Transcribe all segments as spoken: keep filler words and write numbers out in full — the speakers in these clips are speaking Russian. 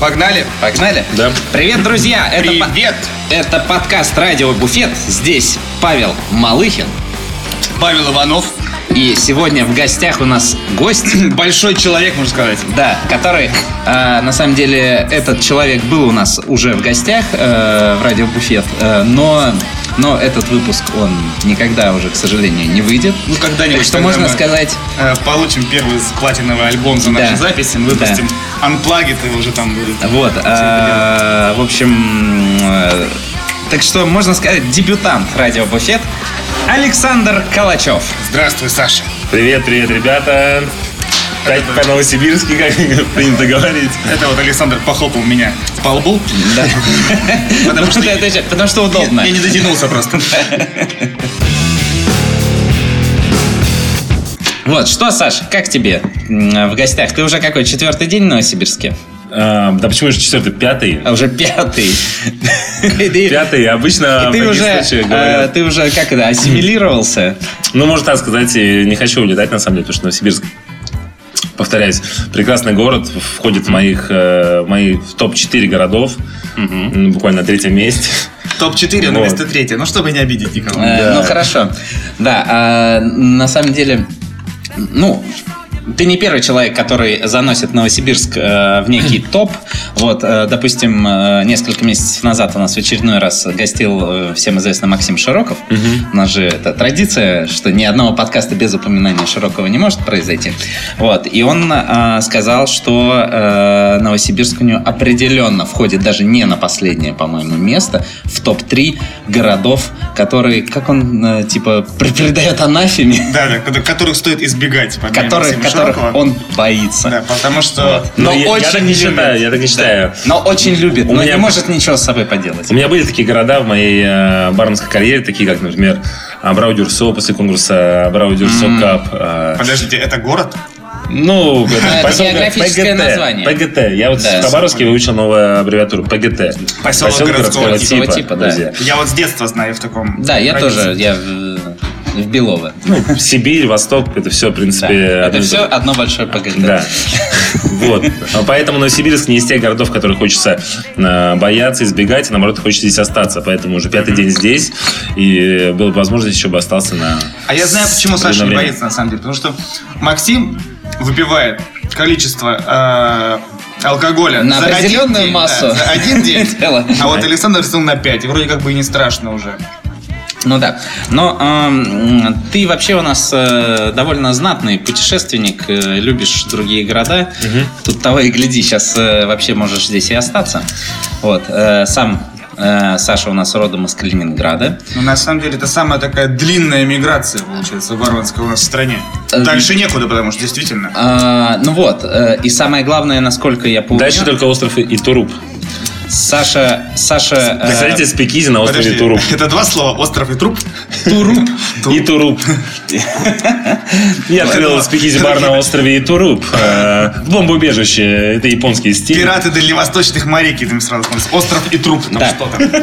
Погнали? Погнали? Да. Привет, друзья! Это Привет! По- это подкаст «Радио Буфет». Здесь Павел Малыхин. Павел Иванов. И сегодня в гостях у нас гость. Большой человек, можно сказать. Да, который, э, на самом деле, этот человек был у нас уже в гостях э, в «Радио Буфет», э, но, но этот выпуск, он никогда уже, к сожалению, не выйдет. Ну, когда-нибудь. Так что можно сказать... Э, получим первый платиновый альбом за наши Да. записи, мы выпустим Unplugged, и уже там будет. Вот, э, в общем... Э, так что, можно сказать, дебютант «Радио Буфет» Александр Калачев. Здравствуй, Саша. Привет, привет, ребята. Так по-новосибирски, как принято говорить. Это вот Александр похлопал меня по лбу. Да. Потому что Потому что удобно. Я не дотянулся просто. Вот, что, Саш, как тебе в гостях? Ты уже какой, четвертый день в Новосибирске? А, да почему же четвертый, пятый? А уже пятый. Пятый, обычно И ты в таких уже, случаях э, говорят. ты уже как это, ассимилировался? Ну, можно так сказать, и не хочу улетать, на самом деле, потому что Новосибирск, повторяюсь, прекрасный город, входит в моих, э, в мои в топ четыре городов, ну, буквально на третьем месте. топ четыре, но Вот. вместо третьего. Ну, чтобы не обидеть никого. Э, Ну, хорошо. Да, а, на самом деле, ну... Ты не первый человек, который заносит Новосибирск э, в некий топ. Вот, э, допустим, э, несколько месяцев назад у нас в очередной раз гостил э, всем известный Максим Широков. У нас же это традиция, что ни одного подкаста без упоминания Широкова не может произойти. Вот, и он э, сказал, что э, Новосибирск у него определенно входит даже не на последнее, по-моему, место в топ три городов, которые, как он, э, типа, придает анафеме. Да, да, которых стоит избегать. по мнению Которых, Максима которых Широкова. он боится. Да, потому что... Вот. Но Но я, очень я так не любит. считаю, я так не считаю. Но очень любит, У но меня- не может ничего с собой поделать. У меня были такие города в моей э, барменской карьере, такие как, например, Абрау-Дюрсо после конкурса Абрау-Дюрсо Кап. э, Подождите, это город? Ну, это поселок географическое ПГТ, название. ПГТ. Я вот Да. в Хабаровске выучил новую аббревиатуру ПГТ. Поселок городского типа. типа, да. друзья. Я вот с детства знаю в таком... Да, я районе. тоже, я в, в Белово. Ну, Сибирь, Восток, это все, в Да. принципе... Это одно и все то же. одно большое ПГТ. Да. Вот. А Поэтому Новосибирск не из тех городов, которые хочется э, бояться, избегать, а наоборот, хочется здесь остаться. Поэтому уже пятый день здесь, и была бы возможность, еще бы остался на... А я знаю, почему Саша не время. боится, на самом деле. Потому что Максим выпивает количество э, алкоголя На за определенную один день, массу. да, за один день. Целое. А вот Александр растил на пять. И вроде как бы и не страшно уже. Ну да. Но эм, ты вообще у нас э, довольно знатный путешественник, э, любишь другие города. Тут того и гляди, сейчас э, вообще можешь здесь и остаться. Вот. Э, сам э, Саша у нас родом из Калининграда. Но на самом деле это самая такая длинная миграция, получается, барменская у нас в стране. Э, Дальше некуда, потому что действительно. А, ну вот, э, и самое главное, насколько я помню, Дальше только остров Итуруп. Саша, Саша, э, Представляете, спикизи на острове Подожди, Итуруп. это два слова: остров и труп. Туруп. Итуруп. Я открыл спикизи бар на острове Итуруп. э, В бомбоубежище. Это японский стиль. Пираты дальневосточных морей, какие-то сразу вспомнились. Остров и труп. Ну Да. что там?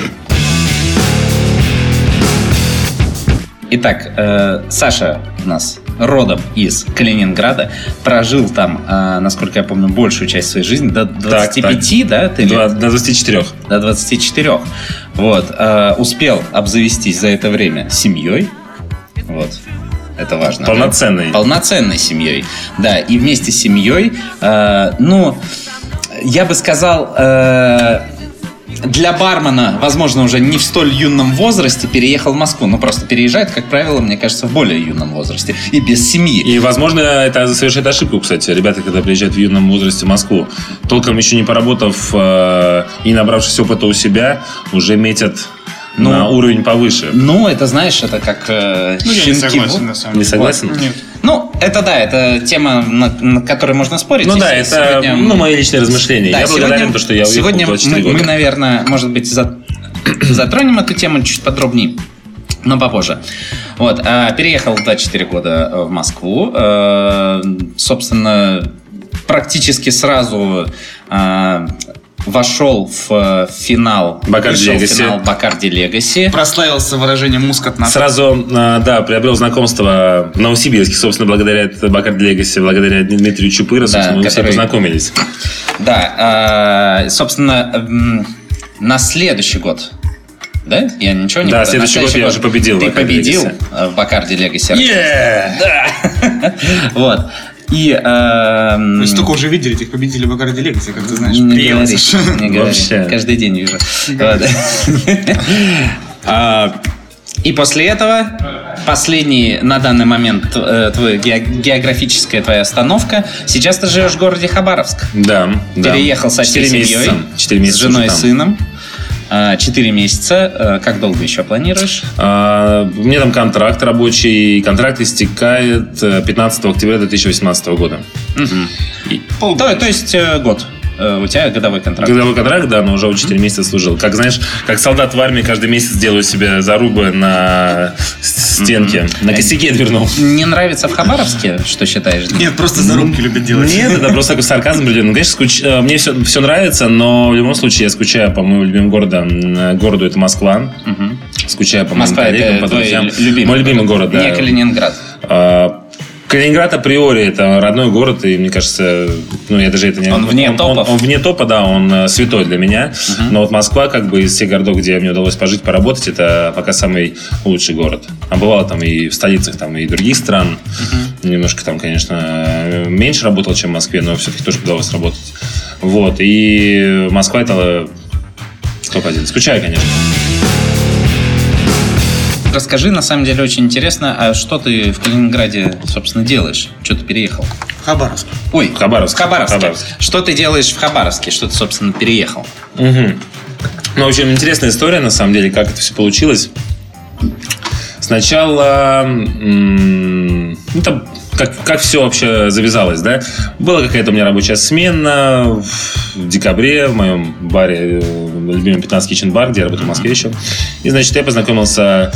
Итак, э, Саша у нас родом из Калининграда, прожил там, э, насколько я помню, большую часть своей жизни, до двадцати пяти, да, ты До лет? до двадцати четырёх. До двадцати четырёх. Вот, э, успел обзавестись за это время семьей, вот, это важно. да? Полноценной. Полноценной семьей, да, и вместе с семьей, э, ну, я бы сказал, э, для бармена, возможно, уже не в столь юном возрасте переехал в Москву. Ну, просто переезжает, как правило, мне кажется, в более юном возрасте. И без семьи. И, возможно, это совершает ошибку, кстати. Ребята, когда приезжают в юном возрасте в Москву, толком еще не поработав э, и набравшись опыта у себя, уже метят Ну, на уровень повыше. Ну, это, знаешь, это как э, Ну, я не щенки. согласен, на самом Не деле. согласен? Нет. Ну, это да, это тема, на, на которой можно спорить. Ну И да, се- это сегодня- ну, мои личные размышления. Да, Я благодарен, сегодня, то, что я уехал сегодня в двадцать четыре мы, года. мы, наверное, может быть, за- затронем эту тему чуть подробнее, но попозже. Вот, а, переехал в двадцать четыре года в Москву. Э, собственно, практически сразу э, вошел в финал Бакарди вышел в Легаси. финал Бакарди Легаси. Прославился выражением мускат на. Сразу, а, да, приобрел знакомство в Новосибирске, собственно, благодаря Бакарди Легаси, благодаря Дмитрию Чупыра, собственно, Да, мы который- все познакомились. Да, э, собственно, э, на следующий год. Да? Я ничего не Да, буду. следующий год я уже победил в Ты Бакарди победил Legacy. в Бакарди Legacy. Yeah! Да. Вот. И... э, Мы столько уже видели этих победителей Бакарди Legacy, как ты знаешь. Не Приятно, говори, Саша. не говори. Вообще. Каждый день вижу. Вот. А, И после этого последний на данный момент э, твой ге- географическая твоя остановка. Сейчас ты живешь в городе Хабаровск. Да, да. Переехал со всей Четыре семьей, месяца. Четыре месяца с женой и уже там. сыном. А, Четыре месяца. Э, Как долго еще планируешь? А, у меня там контракт рабочий. Контракт истекает э, пятнадцатого октября две тысячи восемнадцатого года. И- То, то есть э, год. Э, У тебя годовой контракт. Годовой контракт, да, но уже четыре месяца служил. Как, знаешь, как солдат в армии каждый месяц делаю себе зарубы на с- стенке. На косяке дверном. Не нравится в Хабаровске, что считаешь? Нет, просто зарубки любят делать. Нет, это просто такой сарказм. блин. Ну, конечно, скуч- э, мне все, все нравится, но в любом случае я скучаю по моему любимому городу. М, Городу это Москва. Мгм. Скучаю по моим Москва — коллегам, это по твой друзьям. любимый Мой любимый город, да. Не Калининград. А, Калининград априори это родной город, и мне кажется, ну я даже это не... Он вне топов? Он, он вне топа, да, он э, святой для меня. Но вот Москва, как бы из всех городов, где мне удалось пожить, поработать, это пока самый лучший город. А бывало там и в столицах, там и других стран. Немножко там, конечно, меньше работал, чем в Москве, но все-таки тоже удалось работать. Вот, и Москва это топ-один. Скучаю, конечно. Расскажи, на самом деле очень интересно, а что ты в Калининграде, собственно, делаешь? Что ты переехал? Хабаровск. Ой, Хабаровск. в Хабаровске. Хабаровск. Что ты делаешь в Хабаровске? Что ты, собственно, переехал? Угу. Ну, в общем, интересная история, на самом деле, как это все получилось. Сначала, м, ну, там, как, как все вообще завязалось, да? Была какая-то у меня рабочая смена в декабре в моем баре, э, любимый пятнадцать Kitchen Bar, где я работал в Москве еще. И, значит, я познакомился...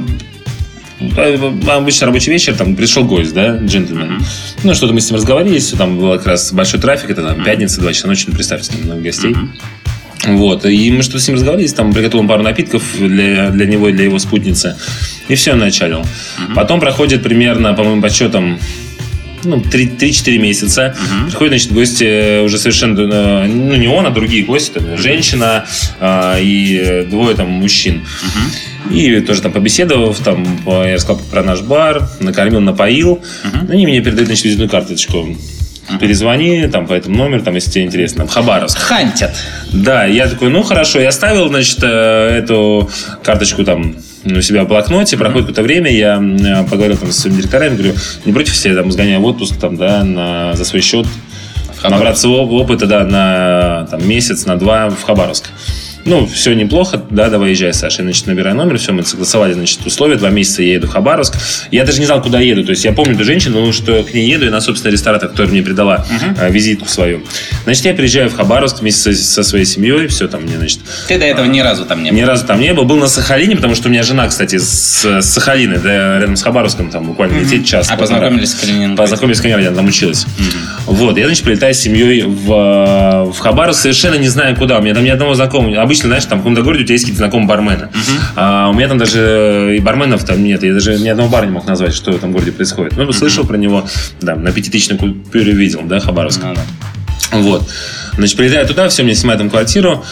Обычно рабочий вечер, там пришел гость, да, джентльмен. Mm-hmm. Ну, что-то мы с ним разговаривались, там был как раз большой трафик, это там пятница, два часа ночи, ну, представьте, там много гостей. Mm-hmm. Вот, и мы что-то с ним разговаривались, там приготовил пару напитков для, для него и для его спутницы, и все, началил. Mm-hmm. Потом проходит примерно, по моим подсчетам, ну, три-четыре месяца. Uh-huh. Приходят, значит, гости уже совершенно... Ну, не он, а другие гости. Там, женщина а, и двое там мужчин. Uh-huh. И тоже там побеседовав, там, я рассказал про наш бар, накормил, напоил. Uh-huh. Они мне передают, значит, визитную карточку. Uh-huh. Перезвони там по этому номеру, там, если тебе интересно. В Хабаровск. Хантят. Да, я такой, ну, хорошо. Я оставил, значит, эту карточку там у себя в блокноте, проходит какое-то время, я поговорил там со своими директорами, говорю, не против, все там сгоняю в отпуск там, да, на, за свой счет, набраться опыта, да, на там, месяц, на два в Хабаровск. Ну, все неплохо, да, давай езжай, Саша. Я, значит, набираю номер, все, мы согласовали, значит, условия. Два месяца я еду в Хабаровск. Я даже не знал, куда еду. То есть я помню эту женщину, думал, что к ней еду, и она, собственно, ресторатор, которая мне придала uh-huh. визитку свою. Значит, я приезжаю в Хабаровск вместе со, со своей семьей, все там мне, значит... Ты до этого ни разу там не был? Ни разу там не был. Был на Сахалине, потому что у меня жена, кстати, с, с Сахалины, да, рядом с Хабаровском, там буквально uh-huh. лететь час. А познакомились в Калининграде? Познакомились в Калининграде, она там училась. Uh-huh. Вот, я, значит, прилетаю с семьей в, в Хабаровск, совершенно не знаю куда. У меня там ни одного знакомого. Обычно, знаешь, там в каком-то городе у тебя есть какие-то знакомые бармены. Uh-huh. А у меня там даже и барменов там нет. Я даже ни одного бара не мог назвать, что в этом городе происходит. Ну, слышал uh-huh. про него, да, на пятитысячной купюре видел, да, Хабаровск. Uh-huh. Вот. Значит, прилетаю туда, все, мне снимают там квартиру.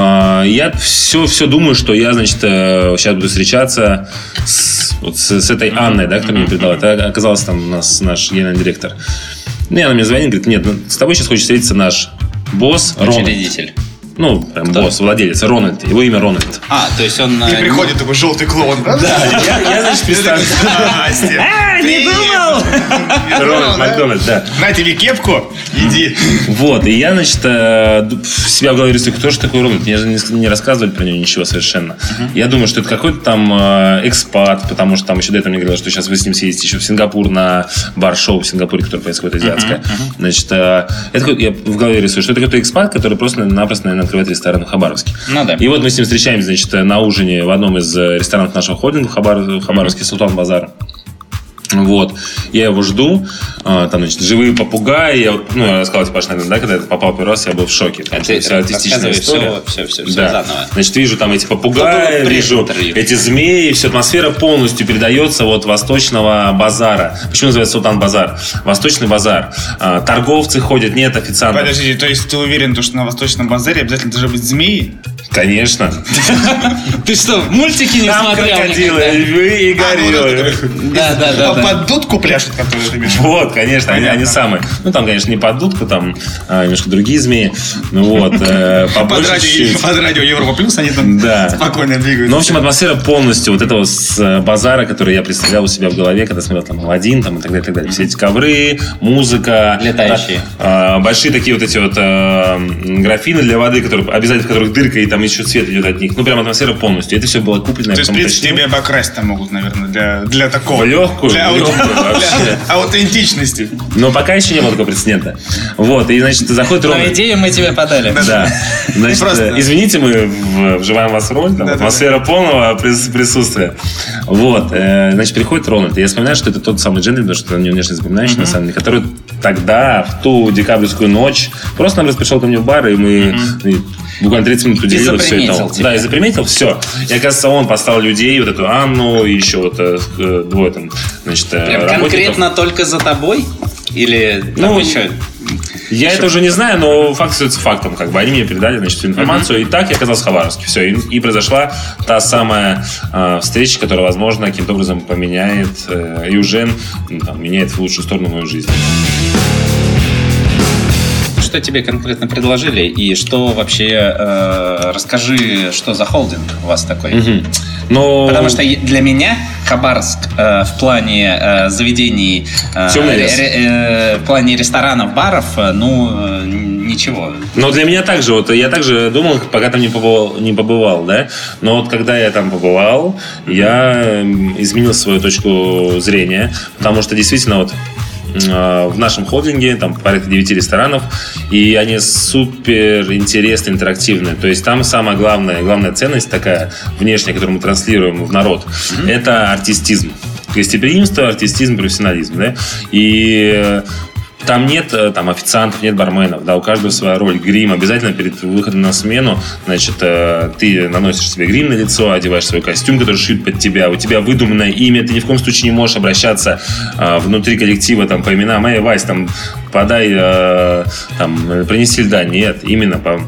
Я все, все думаю, что я, значит, сейчас буду встречаться с, вот, с, с этой Анной, да, которая мне передала. Это оказалось там у нас наш генеральный директор. Ну, и она мне звонит, говорит, нет, ну, с тобой сейчас хочет встретиться наш босс, Учредитель. Рональд. Ну, прям Кто? Босс, владелец, Рональд. Его имя Рональд. А, то есть он... И э, приходит такой желтый клоун, да? Да, я, я, значит, представляю. Здрасте. А, не думал! Рональд Макдональд, да. На тебе кепку, иди. Вот, и я, значит, себя в голове рисую, кто же такой Рональд? Мне же не рассказывали про него ничего совершенно. Uh-huh. Я думаю, что это какой-то там экспат, потому что там еще до этого мне говорили, что сейчас вы с ним съездите еще в Сингапур на бар-шоу в Сингапуре, которое происходит азиатское. Uh-huh. Uh-huh. Значит, это, я в голове рисую, что это какой-то экспат, который просто-напросто, наверное, открывает ресторан в Хабаровске. Ну, да. И вот мы с ним встречаемся, значит, на ужине в одном из ресторанов нашего холдинга в, Хабар... в Хабаровске, mm-hmm. Султан Базар. Вот. Я его жду. Там, значит, живые попугаи. Я, ну, я рассказал тебе, Паш, наверное, да, когда я попал первый раз, я был в шоке. А ты вся артистичная история. Все, все, все, да. заново. Значит, вижу там эти попугаи, вижу эти змеи. Все, атмосфера полностью передается вот восточного базара. Почему называется Султан базар? Восточный базар. А, торговцы ходят, нет официантов. Подождите, то есть ты уверен, что на восточном базаре обязательно должны быть змеи? Конечно. Ты что, мультики не смотрел? Крокодилы, львы и гориллы. Да, да, да. Под дудку пляшут, которые ты имеешь? Вот, конечно, они, они самые. Ну, там, конечно, не под дудку, там а, немножко другие змеи. Ну вот, э, побольше под, чуть-чуть. радио, под радио Европа Плюс они там да. спокойно двигаются. Ну, в общем, атмосфера полностью вот этого с базара, который я представлял у себя в голове, когда смотрел там Аладдин, там и так далее, и так далее. Все эти ковры, музыка. Летающие. А, большие такие вот эти вот а, графины для воды, которые, обязательно в которых дырка, и там еще цвет идет от них. Ну, прям атмосфера полностью. Это все было куплено. То есть, в принципе, тебе обокрасть там могут, наверное, для, для такого. Легкую, для, легкую вообще. Для аутентичности. Но пока еще не было такого прецедента. Вот, и, значит, заходит ровно. Но идею мы тебе подали. Да. Значит, Просто... извините, мы вживаем вас в роль, там, да, атмосфера да, полного присутствия. Вот, значит, приходит Рональд. И я вспоминаю, что это тот самый джентльмен, потому что ты на него внешне запоминаешь, mm-hmm. на самом деле, который тогда, в ту декабрьскую ночь, просто-напросто пришел ко мне в бар, и мы mm-hmm. буквально тридцать минут уделили вот все это. Да, и заприметил, все. И, оказывается, он поставил людей, вот эту Анну, и еще вот э, двое там, значит, прям конкретно только за тобой? Или там ну, еще... Я еще... это уже не знаю, но факт остается фактом. Как бы они мне передали, значит, всю информацию. Uh-huh. И так я оказался в Хабаровске. Все. И, и произошла та самая э, встреча, которая, возможно, каким-то образом поменяет э, и уже ну, там, меняет в лучшую сторону мою жизнь. Что тебе конкретно предложили и что вообще э, расскажи, что за холдинг у вас такой? Uh-huh. Но... Потому что для меня Хабаровск э, в плане э, заведений, э, ре, э, в плане ресторанов, баров, э, ну э, ничего. Но для меня также, вот я также думал, пока там не побывал, не побывал, да. Но вот когда я там побывал, я изменил свою точку зрения, потому что действительно вот в нашем холдинге там порядка девяти ресторанов, и они супер интересные, интерактивные. То есть там самая главная, главная ценность такая внешняя, которую мы транслируем в народ, mm-hmm. это артистизм. Гостеприимство, артистизм, профессионализм. Да? И там нет там, официантов, нет барменов, да, у каждого своя роль. Грим обязательно перед выходом на смену, значит, ты наносишь себе грим на лицо, одеваешь свой костюм, который шьют под тебя, у тебя выдуманное имя, ты ни в коем случае не можешь обращаться а, внутри коллектива там, по именам, эй, Вась, там, подай, а, там, принеси льда. Нет, именно по...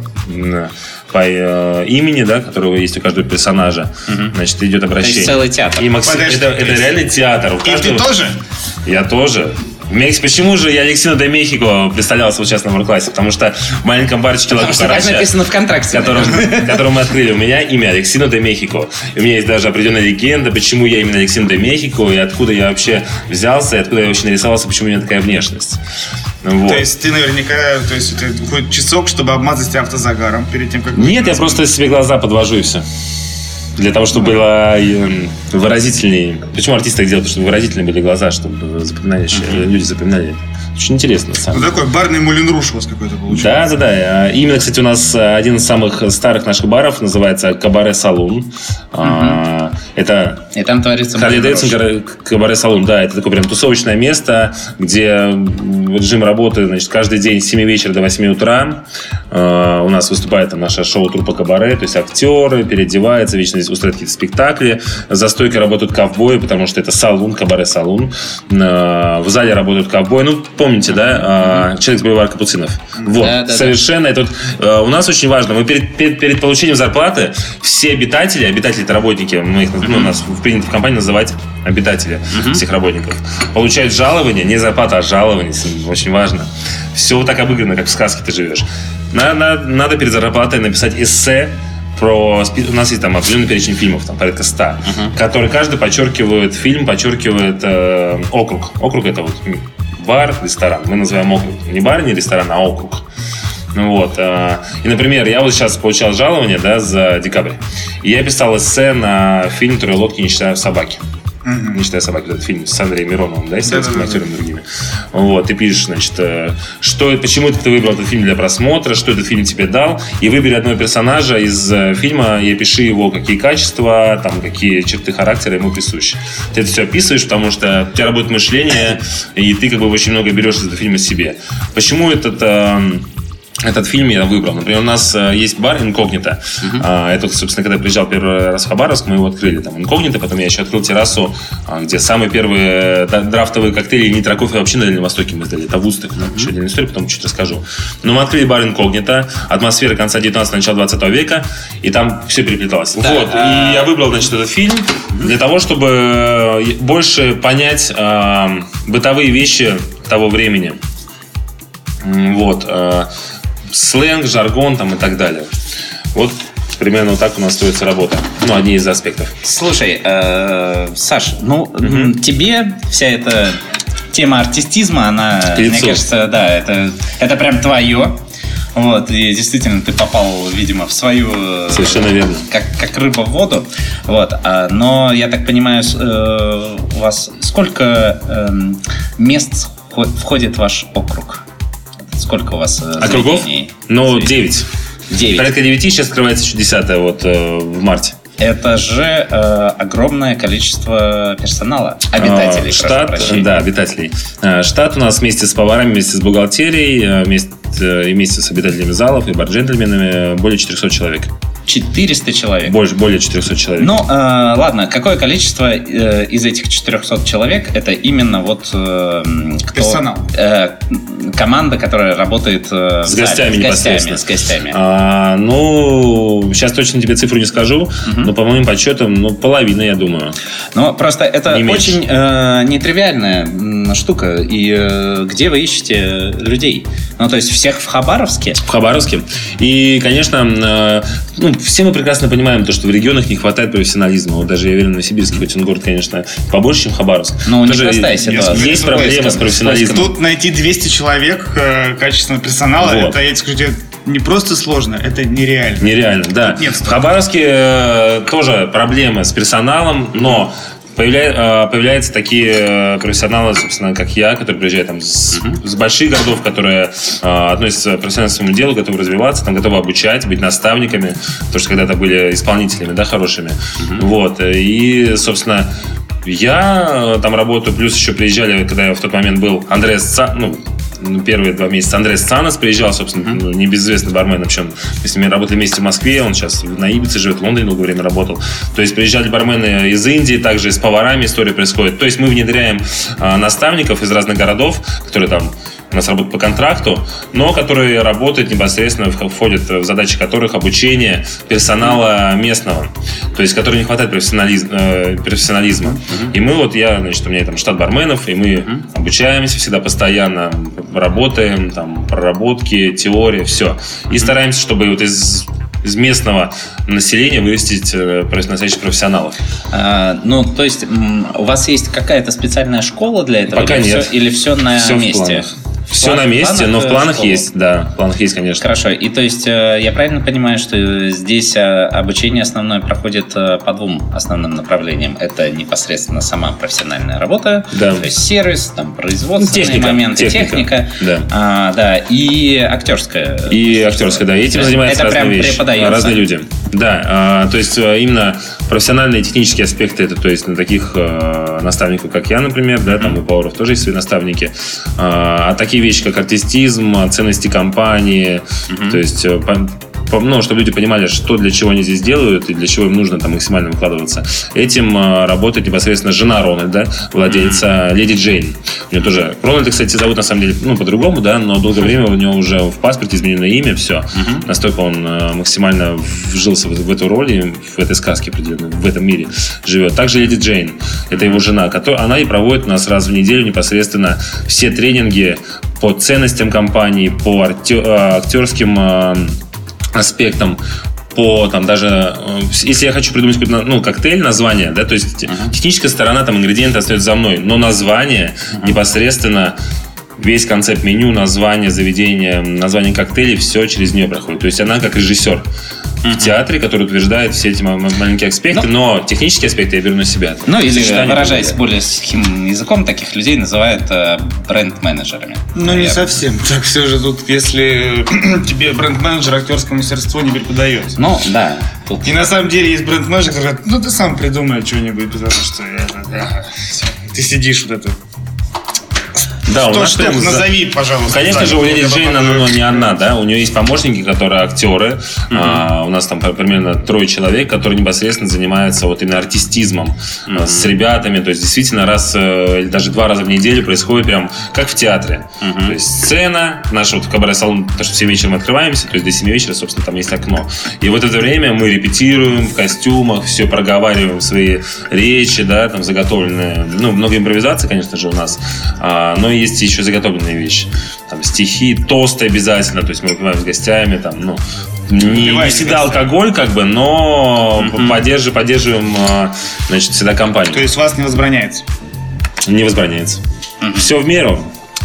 по э, имени, да, которого есть у каждого персонажа, угу. значит, идет обращение. То есть целый театр. И Максим, это, это реальный театр. У и каждого... ты тоже? Я тоже. Почему же я Алексино де Мехико представлялся вот сейчас на ворк-классе? Потому что в маленьком барчике Ла Кукарача, так написано в контракте, которым, которым мы открыли, у меня имя Алексино де Мехико. И у меня есть даже определенная легенда, почему я именно Алексино де Мехико, и откуда я вообще взялся, и откуда я вообще нарисовался, почему у меня такая внешность. Вот. То есть ты наверняка, то есть это хоть часок, чтобы обмазать себя автозагаром перед тем, как... Нет, я просто себе глаза подвожу и все. Для того, чтобы было выразительнее. Почему артисты так делают? Чтобы выразительнее были глаза, чтобы запоминающие uh-huh. люди запоминали. Очень интересно, на самом деле. Ну, такой барный Мулен Руж у вас какой-то получился. Да, да, да. Именно, кстати, у нас один из самых старых наших баров называется Кабаре Салун. Uh-huh. Это... И там творится Харли Дэвидсон Кабаре Салун. Да, это такое прям тусовочное место, где режим работы, значит, каждый день с семи вечера до восьми утра. У нас выступает там наше шоу труппа Кабаре, то есть актеры переодеваются, вечно здесь устраивают какие-то спектакли. За стойкой работают ковбои, потому что это салун, Кабаре Салун. В зале работают ковбои. Ну, помните, да? Человек с бульвара Капуцинов. Вот, да, да, совершенно. Да. Это вот, у нас очень важно. Мы перед, перед, перед получением зарплаты все обитатели, обитатели это работники, мы их, ну, у нас принято в компании называть обитатели uh-huh. всех работников, получают жалование, не зарплата, а жалование. Очень важно. Все вот так обыграно, как в сказке ты живешь. Надо, надо перед зарплатой написать эссе про... У нас есть там определенный перечень фильмов, там порядка ста, uh-huh. которые каждый подчеркивает, фильм подчеркивает э, округ. Округ это вот бар, ресторан. Мы называем округ. Не бар, не ресторан, а округ. Вот. И, например, я вот сейчас получал жалование, да, за декабрь. И я писал эссе на фильм «Трое лодки, не считая собаки». Mm-hmm. «Не считая собаки», этот фильм с Андреем Мироновым, да, и с советскими актерами другими. Вот, ты пишешь, значит, что, почему ты выбрал этот фильм для просмотра, что этот фильм тебе дал, и выбери одного персонажа из фильма и опиши его, какие качества, там, какие черты характера ему присущи. Ты это все описываешь, потому что у тебя работает мышление, и ты как бы очень много берешь из этого фильма себе. Почему этот... Этот фильм я выбрал. Например, у нас э, есть бар «Инкогнито». Uh-huh. А, это, собственно, когда я приезжал первый раз в Хабаровск, мы его открыли. Там «Инкогнито», потом я еще открыл террасу, а, где самые первые да, драфтовые коктейли нитро кофе вообще на Дальнем Востоке мы сделали. Это в Устах. Uh-huh. Еще отдельная история, потом чуть расскажу. Но мы открыли бар «Инкогнито». Атмосфера конца девятнадцатого, начала двадцатого века. И там все переплеталось. Да. Вот. И я выбрал, значит, этот фильм для того, чтобы больше понять э, бытовые вещи того времени. Вот. Э, сленг, жаргон там и так далее. Вот примерно вот так у нас строится работа. Ну, одни из аспектов. Слушай, э, Саш, ну, mm-hmm. тебе вся эта тема артистизма, она, мне кажется, да, это, это прям твое. Вот, и действительно, ты попал, видимо, в свою... Совершенно верно. Как, как рыба в воду. Вот, а, но, я так понимаю, э, у вас сколько э, мест входит в ваш округ? Сколько у вас э, округов? Ну, девять. Девять. Порядка девяти, сейчас открывается еще десятое вот, э, в марте. Это же э, огромное количество персонала, обитателей. А, штат, да, обитателей. А, штат у нас вместе с поварами, вместе с бухгалтерией, вместе, вместе с обитателями залов и бар-джентльменами более четыреста человек. четыреста человек. Больше, более четыреста человек. Ну, э, ладно, какое количество э, из этих четырехсот человек это именно вот э, кто, персонал? Э, команда, которая работает э, с гостями зале, непосредственно. С гостями. А, ну, сейчас точно тебе цифру не скажу, угу. но по моим подсчетам, ну, половина, я думаю. Ну, просто это очень э, нетривиальная штука. И э, где вы ищете людей? Ну, то есть всех в Хабаровске? В Хабаровске. И, конечно, э, ну, все мы прекрасно понимаем то, что в регионах не хватает профессионализма. Вот даже я уверен, Новосибирск, хоть он город, конечно, побольше, чем Хабаровск. Ну, непростая ситуация. Есть проблемы с профессионализмом. Тут найти двести человек э, качественного персонала, вот. Это, я тебе скажу, не просто сложно, это нереально. Нереально, да. Нет, в Хабаровске э, тоже проблемы с персоналом, но появля, э, появляются такие профессионалы, собственно, как я, которые приезжают там, с, uh-huh. с больших городов, которые э, относятся профессионально к своему делу, готовы развиваться, там, готовы обучать, быть наставниками, потому что когда-то были исполнителями, да, хорошими. Uh-huh. Вот. И, собственно, я там работаю, плюс еще приезжали, когда я в тот момент был, Андреас Ца, ну, первые два месяца Андреас Цанос приезжал, собственно, mm-hmm. небезызвестный бармен, вообще, мы с ними работали вместе в Москве, он сейчас на Ибице живет, в Лондоне долгое время работал. То есть приезжали бармены из Индии, также с поварами история происходит. То есть мы внедряем а, наставников из разных городов, которые там у нас работают по контракту, но которые работают непосредственно, входят в задачи которых обучение персонала местного, то есть который не хватает профессионализм, э, профессионализма. Uh-huh. И мы вот, я, значит, у меня там штат барменов, и мы uh-huh. обучаемся всегда постоянно, работаем, там, проработки, теория, все. И uh-huh. стараемся, чтобы вот из из местного населения вырастить настоящих профессионалов. А, ну, то есть у вас есть какая-то специальная школа для этого? Пока или нет. Все, или все на все месте? Все на месте, но в планах школу. Есть, да, в планах есть, конечно. Хорошо, и то есть я правильно понимаю, что здесь обучение основное проходит по двум основным направлениям. Это непосредственно сама профессиональная работа, да. то есть сервис, там, производственные техника, моменты, техника, техника, да. А, да, и актерская. И актерская, да, этим занимаются это разные вещи, преподается. разные люди. Да, а, то есть именно профессиональные и технические аспекты, это, то есть на таких а, наставников, как я, например, да, там mm-hmm. у поваров тоже есть свои наставники, а, а такие вещи, как артистизм, ценности компании, mm-hmm. то есть, ну, чтобы люди понимали, что для чего они здесь делают и для чего им нужно там максимально вкладываться. Этим а, работает непосредственно жена Рональда, владельца mm-hmm. Леди Джейн. У нее тоже Рональда, кстати, зовут на самом деле, ну, по-другому, да, но долгое время у него уже в паспорте изменено имя, все. Mm-hmm. Настолько он а, максимально вжился в, в эту роль, и в этой сказке определенно, в этом мире живет. Также Леди Джейн, это его жена, которая, она и проводит у нас раз в неделю непосредственно все тренинги по ценностям компании, по артё, актерским а, аспектам, по там даже, если я хочу придумать какой-то, ну, коктейль, название, да, то есть uh-huh. техническая сторона, там ингредиенты остаются за мной, но название uh-huh. непосредственно, весь концепт меню, название заведения, название коктейлей, все через нее проходит. То есть она как режиссер. в театре, который утверждает все эти маленькие аспекты, но, но технические аспекты я беру на себя. Ну, или, Сочетание выражаясь было. более сухим языком, таких людей называют э, бренд-менеджерами. Ну, наверное. Не совсем. Так все же тут, если тебе бренд-менеджер актерское мастерство не преподает. Ну, да. Тут... И на самом деле есть бренд-менеджер, который говорит, ну, ты сам придумай что-нибудь, потому что я, ты сидишь вот это... Да, у нас прям назови, пожалуйста. Конечно же, у Леди Джейн она ну, не одна, да. У нее есть помощники, которые актеры. Mm-hmm. А, у нас там примерно трое человек, которые непосредственно занимаются вот именно артистизмом mm-hmm. с ребятами. То есть действительно раз или даже два раза в неделю происходит прям как в театре. Mm-hmm. То есть сцена, наш вот кабаре-салон, то что в семь вечера мы открываемся, то есть до семи вечера, собственно, там есть окно. И вот это время мы репетируем в костюмах, все проговариваем свои речи, да, там заготовленные. Ну, много импровизации, конечно же, у нас. А, но и есть еще заготовленные вещи. Там стихи, тосты обязательно. То есть мы выпиваем с гостями. Там, ну, не, не всегда алкоголь, как бы, но mm-hmm. поддерживаем, поддерживаем, значит, всегда компанию. То есть вас не возбраняется? Не возбраняется. Mm-hmm. Все в меру.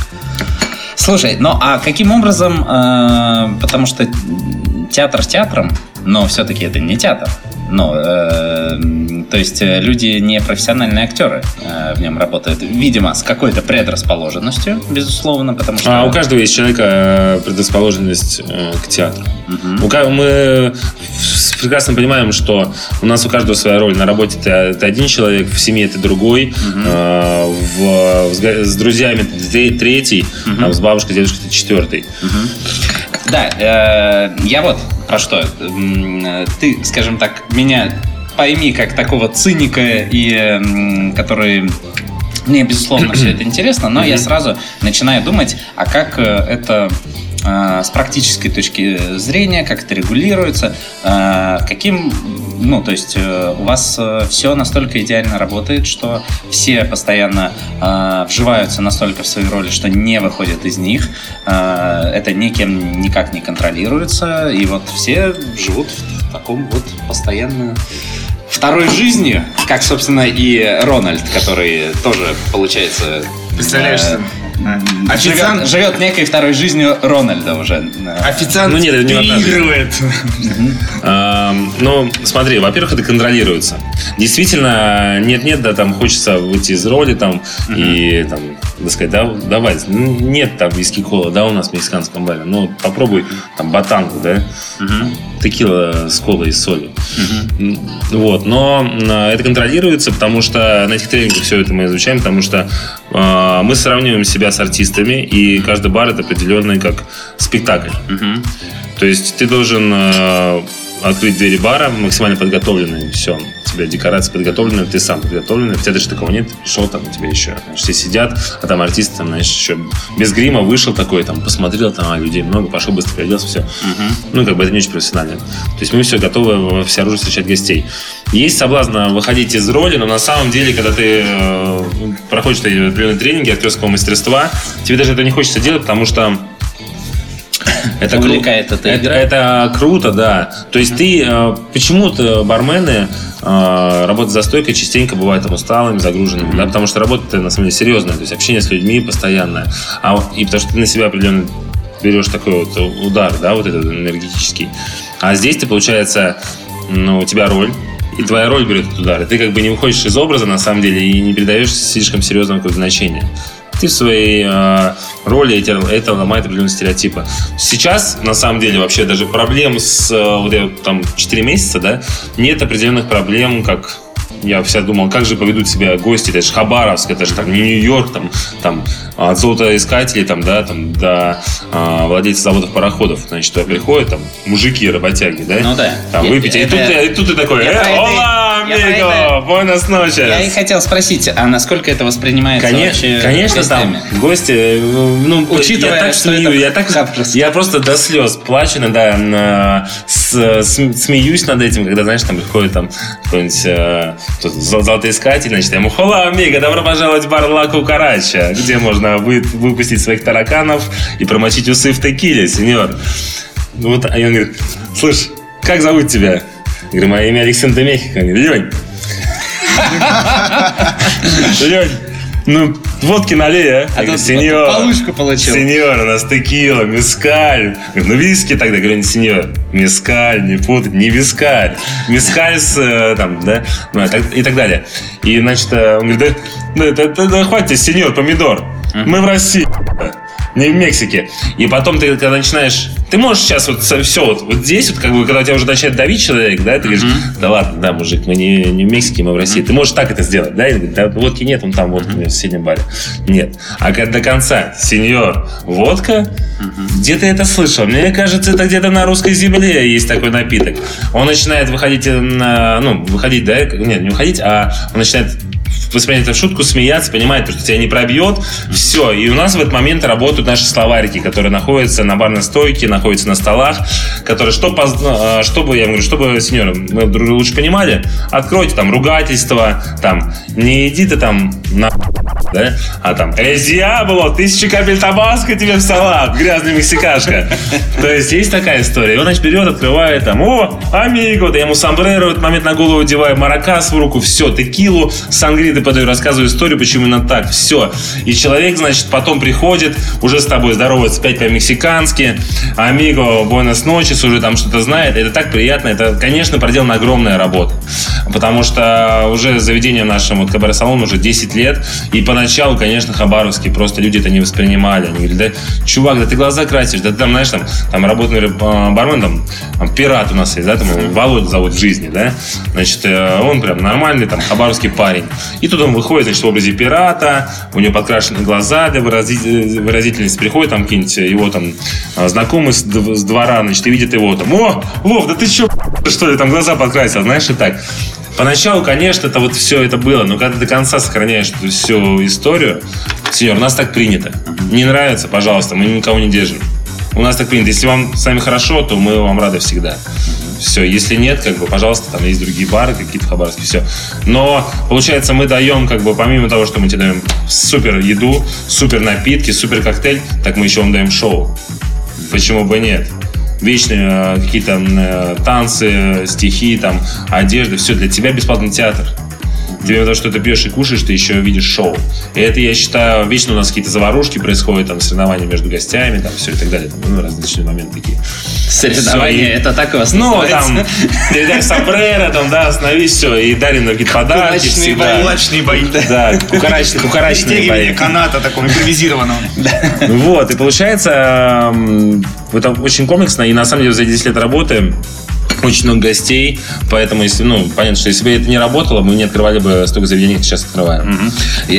Слушай, ну а каким образом, э, потому что театр театром, но все-таки это не театр. Ну, э, то есть люди не профессиональные актеры э, в нем работают, видимо, с какой-то предрасположенностью, безусловно, потому что... А у каждого есть человека предрасположенность э, к театру. Uh-huh. Мы прекрасно понимаем, что у нас у каждого своя роль. На работе ты, ты один человек, в семье ты другой, uh-huh. э, в, в, с друзьями ты третий, uh-huh. а с бабушкой, дедушкой ты четвертый. Uh-huh. Да, э, я вот про что. Ты, скажем так, меня пойми как такого циника, и который... Мне, безусловно, все это интересно, но mm-hmm. я сразу начинаю думать, а как это э, с практической точки зрения, как это регулируется, э, каким, ну, то есть э, у вас э, все настолько идеально работает, что все постоянно э, вживаются настолько в свои роли, что не выходят из них, э, это никем никак не контролируется, и вот все живут в таком вот постоянно... второй жизнью, как, собственно, и Рональд, который тоже, получается... Представляешь, э, официант... живет, живет некой второй жизнью Рональда уже. Официант ну, нет, переигрывает. Ну, смотри, во-первых, это контролируется. Действительно, нет-нет, да, там хочется выйти из роли, там, и, там, так сказать, да, давай, нет там виски-кола, да, у нас в мексиканском баре, ну, попробуй, там, ботанку, да, текила с колой и солью. Вот, но это контролируется, потому что на этих тренингах все это мы изучаем, потому что э, мы сравниваем себя с артистами, и каждый бар это определенный как спектакль. Uh-huh. То есть ты должен э, открыть двери бара, максимально подготовленный, все, у тебя декорации подготовлены, ты сам подготовленный, в театре же такого нет, пришел, там у тебя еще, знаешь, все сидят, а там артисты, там, знаешь, еще без грима вышел такой, там, посмотрел, там, а, людей много, пошел быстро переоделся, все. Uh-huh. Ну, как бы это не очень профессионально. То есть мы все готовы во всеоружие встречать гостей. Есть соблазн выходить из роли, но на самом деле, когда ты э, проходишь определенные тренинги актерского мастерства, тебе даже это не хочется делать, потому что это, кру... это, это, это круто, да. То есть ты э, почему-то бармены э, работают за стойкой частенько бывают там усталыми, загруженными, mm-hmm. да, потому что работа на самом деле серьезная, то есть общение с людьми постоянное, а и потому что ты на себя определенно берешь такой вот удар, да, вот этот энергетический. А здесь ты, получается, ну, у тебя роль. И твоя роль берет этот удар. И ты как бы не выходишь из образа, на самом деле, и не придаешь слишком серьезного какого-то значения. Ты в своей э, роли, это, это ломает определенные стереотипы. Сейчас, на самом деле, вообще даже проблем с э, вот я, там четыре месяца, да, нет определенных проблем, как я всегда думал, как же поведут себя гости, это же Хабаровск, это же там не Нью-Йорк, там, там от золотоискателей там, да, там, до а, владельцев заводов пароходов, значит, туда приходят там мужики, работяги, да, ну да, там, выпить, и, тут, и тут ты такой, э, ола, амиго, buenas noches. Я и хотел спросить, а насколько это воспринимается конечно, вообще конечно, гостями? Там гости, ну, учитывая, я так что смею, это я так, я просто до слез плачу иногда, на, с, смеюсь над этим, когда, знаешь, там приходит там какой-нибудь золотоискатель, значит, я ему, хола, амиго, добро пожаловать в бар Ла Кукарача, где можно вы, выпустить своих тараканов и промочить усы в текиле, сеньор. Вот, а он говорит, слышь, как зовут тебя? Я говорю, мое имя Александр Мехико. Он говорит, Лень. Лень, ну, водки налей, а? А тут сеньор, получку получил. Сеньор, у нас текила, мескаль. Ну, виски тогда. Говорю, не сеньор, мескаль, не путать, не вискаль. Мескаль с, там, да, и так далее. И, значит, он говорит, да, да, да, да хватит, сеньор, помидор. Мы в России, не в Мексике. И потом ты, когда начинаешь... Ты можешь сейчас вот все вот, вот здесь, вот как бы, когда тебя уже начинает давить человек, да, ты говоришь, mm-hmm. да ладно, да, мужик, мы не, не в Мексике, мы в России. Mm-hmm. Ты можешь так это сделать, да? И говорит, да, водки нет, он там водка mm-hmm. в соседнем баре. Нет. А когда до конца, сеньор, водка, mm-hmm. где ты это слышал? Мне кажется, это где-то на русской земле есть такой напиток. Он начинает выходить на... Ну, выходить, да? Нет, не выходить, а он начинает... воспринять эту шутку, смеяться, понимает, что тебя не пробьет, все. И у нас в этот момент работают наши словарики, которые находятся на барной стойке, находятся на столах, которые, чтобы, чтобы я говорю, чтобы, сеньоры, мы друг друга лучше понимали, откройте там ругательство, там, не иди ты там на... Да? А там, «Эй, диабло, тысяча капель табаско тебе в салат, грязный мексикашка». То есть, есть такая история. И он, значит, берет, открывает, там, «О, амиго», да я ему сомбреро в этот момент на голову одеваю, маракас в руку, все, текилу, сангриды подаю, рассказываю историю, почему именно так, все. И человек, значит, потом приходит, уже с тобой здоровается опять по-мексикански, «Амиго, буэнос ночес», уже там что-то знает. Это так приятно. Это, конечно, проделана огромная работа. Потому что уже заведением нашим, вот, кабаре-салон уже десять лет, и поначалу, конечно, хабаровские просто люди это не воспринимали. Они говорили, да, чувак, да ты глаза красишь, да ты там, знаешь, там, там работает барменом, там, пират у нас есть, да, там, Володя зовут в жизни, да, значит, он прям нормальный, там, хабаровский парень. И тут он выходит, значит, в образе пирата, у него подкрашены глаза для выразительности, приходит там какие-нибудь его там знакомый с двора, значит, и видит его там, о, Вов, да ты что, что ли, там глаза подкрасил, знаешь, и так. Поначалу, конечно, это вот все это было, но когда ты до конца сохраняешь эту всю историю, сеньор, у нас так принято. Не нравится, пожалуйста, мы никого не держим. У нас так принято. Если вам с нами хорошо, то мы вам рады всегда. Все, если нет, как бы, пожалуйста, там есть другие бары какие-то в Хабаровске, все. Но, получается, мы даем, как бы, помимо того, что мы тебе даем супер еду, супер напитки, супер коктейль, так мы еще вам даем шоу. Почему бы нет? Вечные э, какие-то э, танцы, стихи, там, одежда, все для тебя бесплатный театр. Тебе потому что ты пьешь и кушаешь, ты еще видишь шоу. И это, я считаю, вечно у нас какие-то заварушки происходят, там, соревнования между гостями, там, все и так далее. Там, ну, различные моменты такие. Соревнования, это так у вас ну, называется? Ну, там, передай сомбреро, там, да, остановись, все, и дарим какие-то подарки. Кулачные бои. Кулачные бои. Да, кукарачные, кукарачные бои. Каната такого импровизированного. Вот, и получается, это очень комплексно, и на самом деле за десять лет работы очень много гостей, поэтому, если, ну, понятно, что если бы это не работало, мы не открывали бы столько заведений, как сейчас открываем. Угу. Я,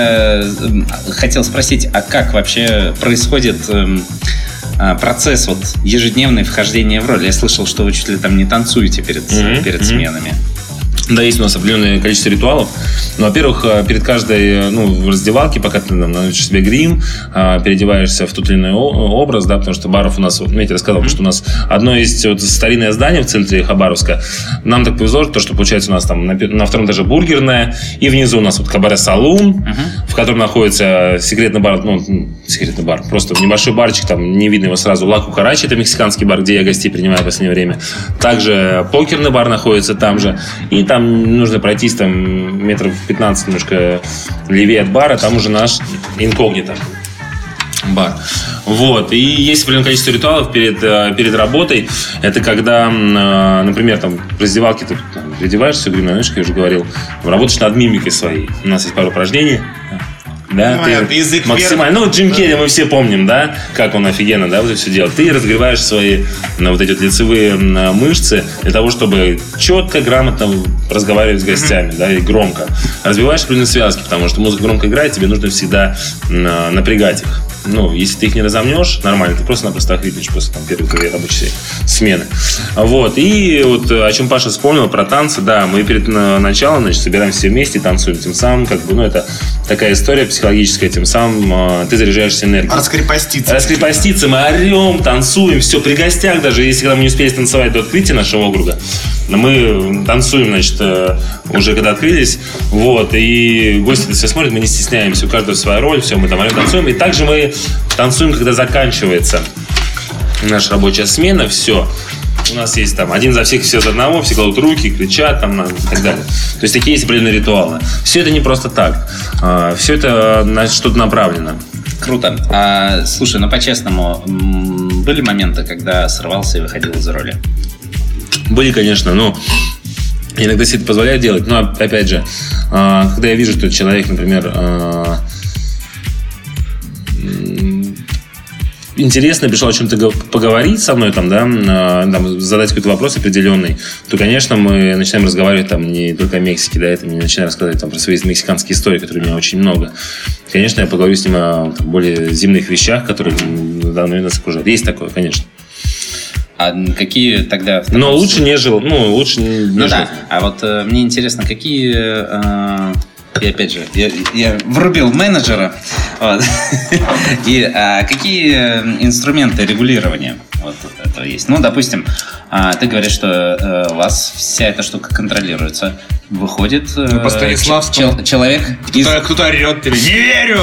я хотел спросить, а как вообще происходит э, процесс вот ежедневное вхождение в роль? Я слышал, что вы чуть ли там не танцуете перед, угу. перед угу. сменами. Да, есть у нас определенное количество ритуалов. Ну, во-первых, перед каждой, ну, в раздевалке, пока ты там научишь себе грим, переодеваешься в тот или иной образ, да, потому что баров у нас, вот, я тебе рассказал, mm-hmm. что у нас одно есть вот старинное здание в центре Хабаровска. Нам так повезло, то, что получается у нас там на, на втором этаже бургерная, и внизу у нас вот кабаре-салун, mm-hmm. в котором находится секретный бар, ну, секретный бар, просто небольшой барчик, там не видно его сразу, Ла Кукарачи, это мексиканский бар, где я гостей принимаю в последнее время. Также покерный бар находится там же, и там нужно пройтись там метров пятнадцать немножко левее от бара, там уже наш инкогнито бар. Вот. И есть определенное количество ритуалов перед, перед работой. Это когда, например, там в раздевалке ты там, раздеваешься, грим, знаешь, как я уже говорил, работаешь над мимикой своей. У нас есть пару упражнений. Да, ну, ты язык максимально. Вверх. Ну, Джим Керри, да. Мы все помним, да, как он офигенно, да, вот это все делает. Ты разгреваешь свои на вот эти вот лицевые мышцы для того, чтобы четко, грамотно разговаривать с гостями, mm-hmm. да, и громко. Развиваешь определенные связки, потому что музыка громко играет, тебе нужно всегда напрягать их. Ну, если ты их не разомнешь, нормально, ты просто-напросто охрипнешь после там, первой твоей рабочей смены. Вот. И вот о чем Паша вспомнил, про танцы, да, мы перед началом, значит, собираемся все вместе, танцуем, тем самым, как бы, ну, это такая история психологическая, тем самым э, ты заряжаешься энергией. Раскрепоститься. Раскрепоститься, мы орем, танцуем, все, при гостях даже, если когда мы не успели танцевать до открытия нашего округа, мы танцуем, значит, э, уже когда открылись, вот, и гости это все смотрят, мы не стесняемся, у каждого своя роль, все, мы там орем, танцуем, и также мы танцуем, когда заканчивается наша рабочая смена, все. у нас есть там один за всех, все за одного, все кладут руки, кричат там и так далее. То есть такие есть определенные ритуалы. Все это не просто так. Все это на что-то направлено. Круто. А, слушай, ну по-честному, были моменты, когда срывался и выходил из роли? Были, конечно, но иногда себе это позволяет делать. Но опять же, когда я вижу, что человек, например, интересно пришел о чем-то поговорить со мной, там, да, там, задать какой-то вопрос определенный, то, конечно, мы начинаем разговаривать там не только о Мексике, да, это мне начинаю рассказывать там про свои мексиканские истории, которые у меня очень много. Конечно, я поговорю с ним о там, более земных вещах, которые давно нас окружают. Есть такое, конечно. А какие тогда... Но лучше не жил, ну, лучше не, не ну жил. Да, а вот э, мне интересно, какие... Э, и опять же, я, я врубил менеджера. Вот. И а, какие инструменты регулирования вот этого есть? Ну, допустим, а, ты говоришь, что а, у вас вся эта штука контролируется. Выходит ну, по Станиславскому. Ч- человек... Кто-то, из... кто-то орет тебе. Не верю!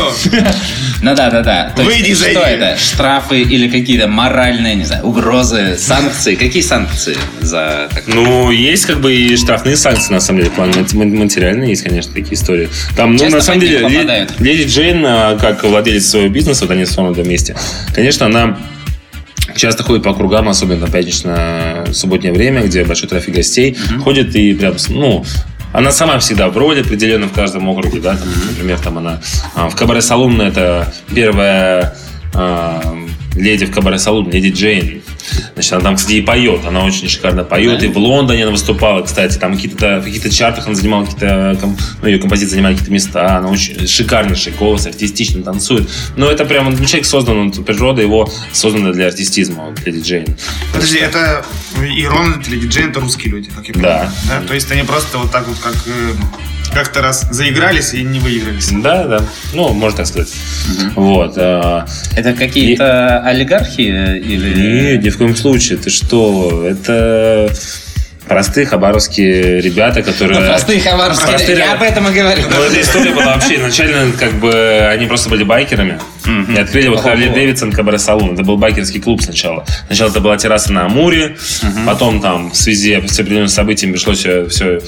Ну да, да, да. Выйди за что это? Штрафы или какие-то моральные, не знаю, угрозы, санкции? Какие санкции за такое? Ну, есть как бы и штрафные санкции, на самом деле, в плане материальные есть, конечно, такие истории. Там, ну, на самом деле, Леди Джейн, как владелец своего бизнеса, вот они в своем месте, конечно, она часто ходит по кругам, особенно в пятничное субботнее время, где большой трафик гостей, uh-huh. ходит и прям, ну, она сама всегда в роли определенно в каждом округе, да, там, например, там она а, в Кабаре Салун, это первая а, леди в Кабаре Салун, леди Джейн. Значит, она там, кстати, и поет. Она очень шикарно поет. Да. И в Лондоне она выступала, кстати. Там какие-то, в каких-то чартах она занимала какие-то... Ну, ее композиции занимали какие-то места. Она очень шикарнейший голос, артистично танцует. Но это прям... Ну, человек создан, он, природа его создана для артистизма. Вот, Леди Джейн. Подожди, это... И Рон, Леди Джейн, это русские люди, как я понимаю. Да. Да. То есть они просто вот так вот, как... Как-то раз заигрались и не выигрались. Да, да. Ну, можно так сказать. Угу. Вот. А... Это какие-то и... олигархи или... Нет, ни в коем случае. Ты что? Это... Простые хабаровские ребята, которые... Ну, простые хабаровские, простые... я об этом и говорю. Ну, эта история была вообще изначально, как бы, они просто были байкерами. Mm-hmm. И открыли вот Харли Дэвидсон Кабаре Салун. Это был байкерский клуб сначала. Сначала это была терраса на Амуре, mm-hmm. потом там в связи с определенными событиями пришлось все, все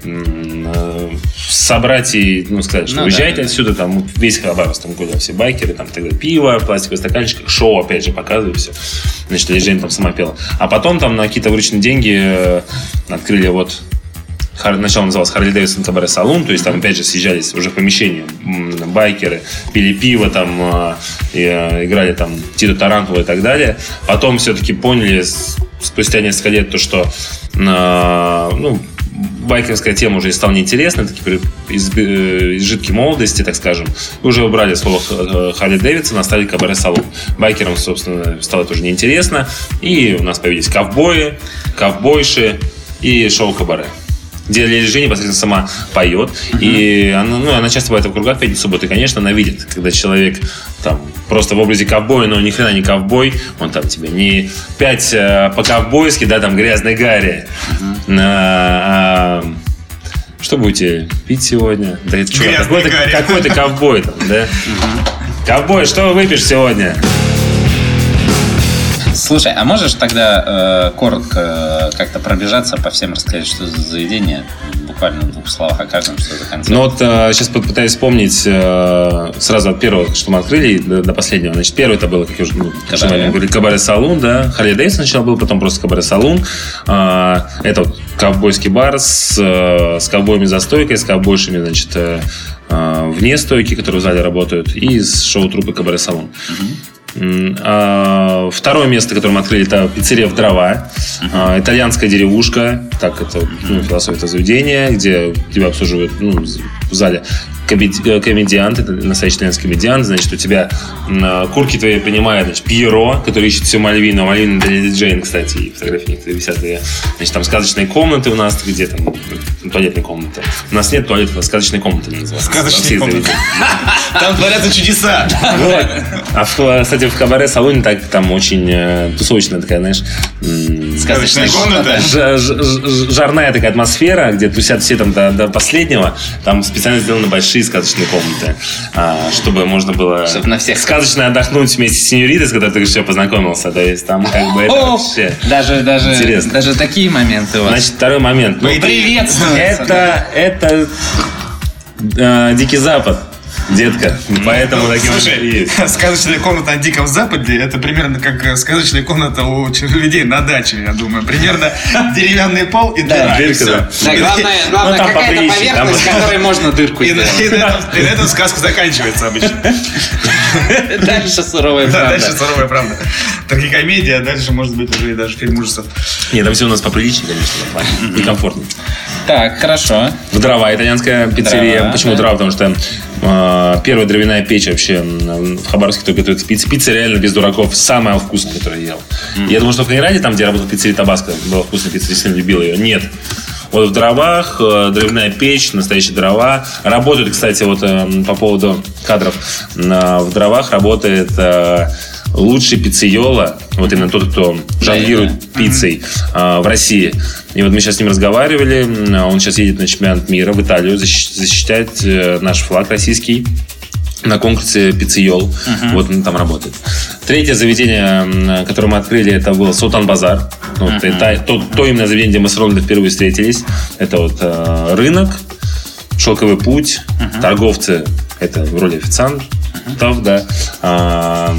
м- собрать и, ну, сказать, что ну, уезжайте да, отсюда, там весь Хабаровск, там куда все байкеры, там тогда пиво, пластиковый стаканчик, шоу, опять же, показывали все. Значит, Леди Джейн там сама пела. А потом там на какие-то вырученные деньги открыли вот... Сначала назывался Харли Дэвидсон Кабаре Салун, то есть там опять же съезжались уже в помещении байкеры, пили пиво, там и, играли там Тито Тарантула и так далее. Потом все-таки поняли спустя несколько лет то, что ну, байкерская тема уже стала неинтересной, такие изжитки молодости, так скажем. И уже убрали слово Харли Дэвидсон, оставили Кабаре Салун. Байкерам, собственно, стало тоже неинтересно. И у нас появились ковбои, ковбойши и шоу Кабаре, где Леди Джейн непосредственно сама поет. Uh-huh. И она, ну, она часто бывает в кругах пятницы, субботы. И, конечно, она видит, когда человек там просто в образе ковбоя, но ни хрена не ковбой. Он там тебе не пять а, по-ковбойски, да, там грязный Гарри. Uh-huh. А, а, что будете пить сегодня? Да это что, какой-то, какой-то ковбой там, да? Uh-huh. Ковбой, что выпьешь сегодня? Слушай, а можешь тогда э, коротко э, как-то пробежаться по всем, рассказать, что за заведение? Буквально в двух словах о каждом, что за концерт. Ну вот э, сейчас попытаюсь вспомнить э, сразу от первого, что мы открыли, до, до последнего. Значит, первый это было, как я уже ну, говорил, Кабаре Салун, да. Харли Дэвидсон сначала был, потом просто Кабаре Салун. Э, это вот ковбойский бар с, э, с ковбоями за стойкой, с ковбойшами, значит, э, э, вне стойки, которые в зале работают, и с шоу-труппой Кабаре Салун. Угу. А, второе место, которое мы открыли, это пиццерия в дрова. Uh-huh. Итальянская деревушка. Так, это ну, философия этого заведения, где тебя обслуживают ну, в зале комедиант, это настоящий итальянский комедиант. Значит, у тебя э, курки твои принимает, значит, Пьеро, который ищет всю Мальвину. Мальвина это Леди Джейн, кстати, и фотографии некоторые висят. И, значит, там сказочные комнаты у нас, где там туалетные комнаты. У нас нет туалетов, а сказочные комнаты называются. Сказочные комнаты. Там творятся чудеса. А, кстати, в Кабаре Салуне так там очень тусовочная такая, знаешь, сказочная комната. Жарная такая атмосфера, где тусят все там до последнего. Там специально сделаны большие большие сказочные комнаты, а, чтобы можно было Чтобы на всех сказочно отдохнуть вместе с сеньоритой, с которой ты еще познакомился. То есть там как бы это О, вообще даже, даже, интересно. даже такие моменты у вас. Значит, второй момент. Ну, Приветствуется. это, это э, Дикий Запад, детка. Поэтому такие вот и Слушай, есть. сказочная комната на Диком Западе — это примерно как сказочная комната у людей на даче, я думаю. Примерно деревянный пол и дыра. и дырка, всё. да. Да, главное, главное Ну, там какая-то поприличнее, там- поверхность, которой можно дырку И на, сделать. и на этом, и на этом сказка заканчивается обычно. Дальше суровая Да, правда. дальше суровая правда. Трагикомедия, а дальше может быть уже и даже фильм ужасов. Нет, там все у нас поприличнее, конечно, и комфортнее. Так, хорошо. В Дрова, итальянская пиццерия. Дрова, Почему да. Дрова? Потому что э, первая дровяная печь вообще м, в Хабаровске, кто готовит пиццу. Пицца реально без дураков самая вкусная, которую я ел. Я думал, что в Калининграде, там, где я работал в пиццерии Табаско, была вкусная пицца, действительно любил ее. Нет. Вот в Дровах э, дровяная печь, настоящие дрова. Работают, кстати, вот э, по поводу кадров. э, в Дровах работает э, лучший пиццейола, вот именно тот, кто жонглирует пиццей э, в России. И вот мы сейчас с ним разговаривали. Он сейчас едет на чемпионат мира в Италию защищ- защищать э, наш флаг российский на конкурсе пиццейол. Uh-huh. Вот он там работает. Третье заведение, которое мы открыли, это был Султан Базар. Вот, uh-huh. это то, то именно заведение, где мы с Роландом впервые встретились. Это вот э, рынок, шелковый путь, uh-huh. торговцы, это в роли официантов, uh-huh. да. А,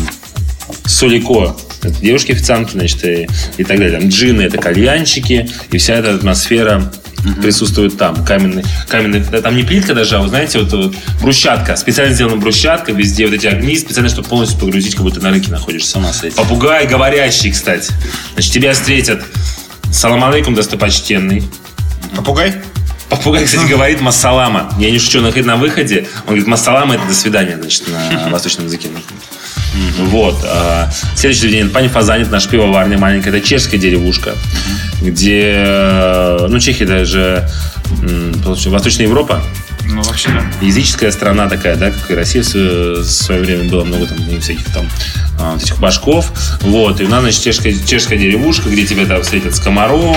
Солико, это девушки-официантки, значит, и, и так далее. Там джины, это кальянчики, и вся эта атмосфера Uh-huh. присутствует там. Каменный, каменный, да, там не плитка даже, а вы знаете, вот, вот брусчатка. Специально сделана брусчатка, везде вот эти огни, специально, чтобы полностью погрузить, как будто на рынке находишься. С ума сойти. Попугай говорящий, кстати. Значит, тебя встретят. Салам алейкум, достопочтенный. Попугай? Попугай, кстати, говорит массалама. Я не шучу, на, на выходе. Он говорит, массалама — это до свидания, значит, на восточном языке. Mm-hmm. Вот. А, следующее заведение — Пани Фазанит, наша пивоварня маленькая. Это чешская деревушка, mm-hmm. где, ну, Чехия даже, Восточная Европа. Ну, вообще, да. Языческая страна такая, да, как и Россия в свое время было много там всяких там вот этих башков. Вот. И у нас, значит, чешская, чешская деревушка, где тебя там встретят скоморох,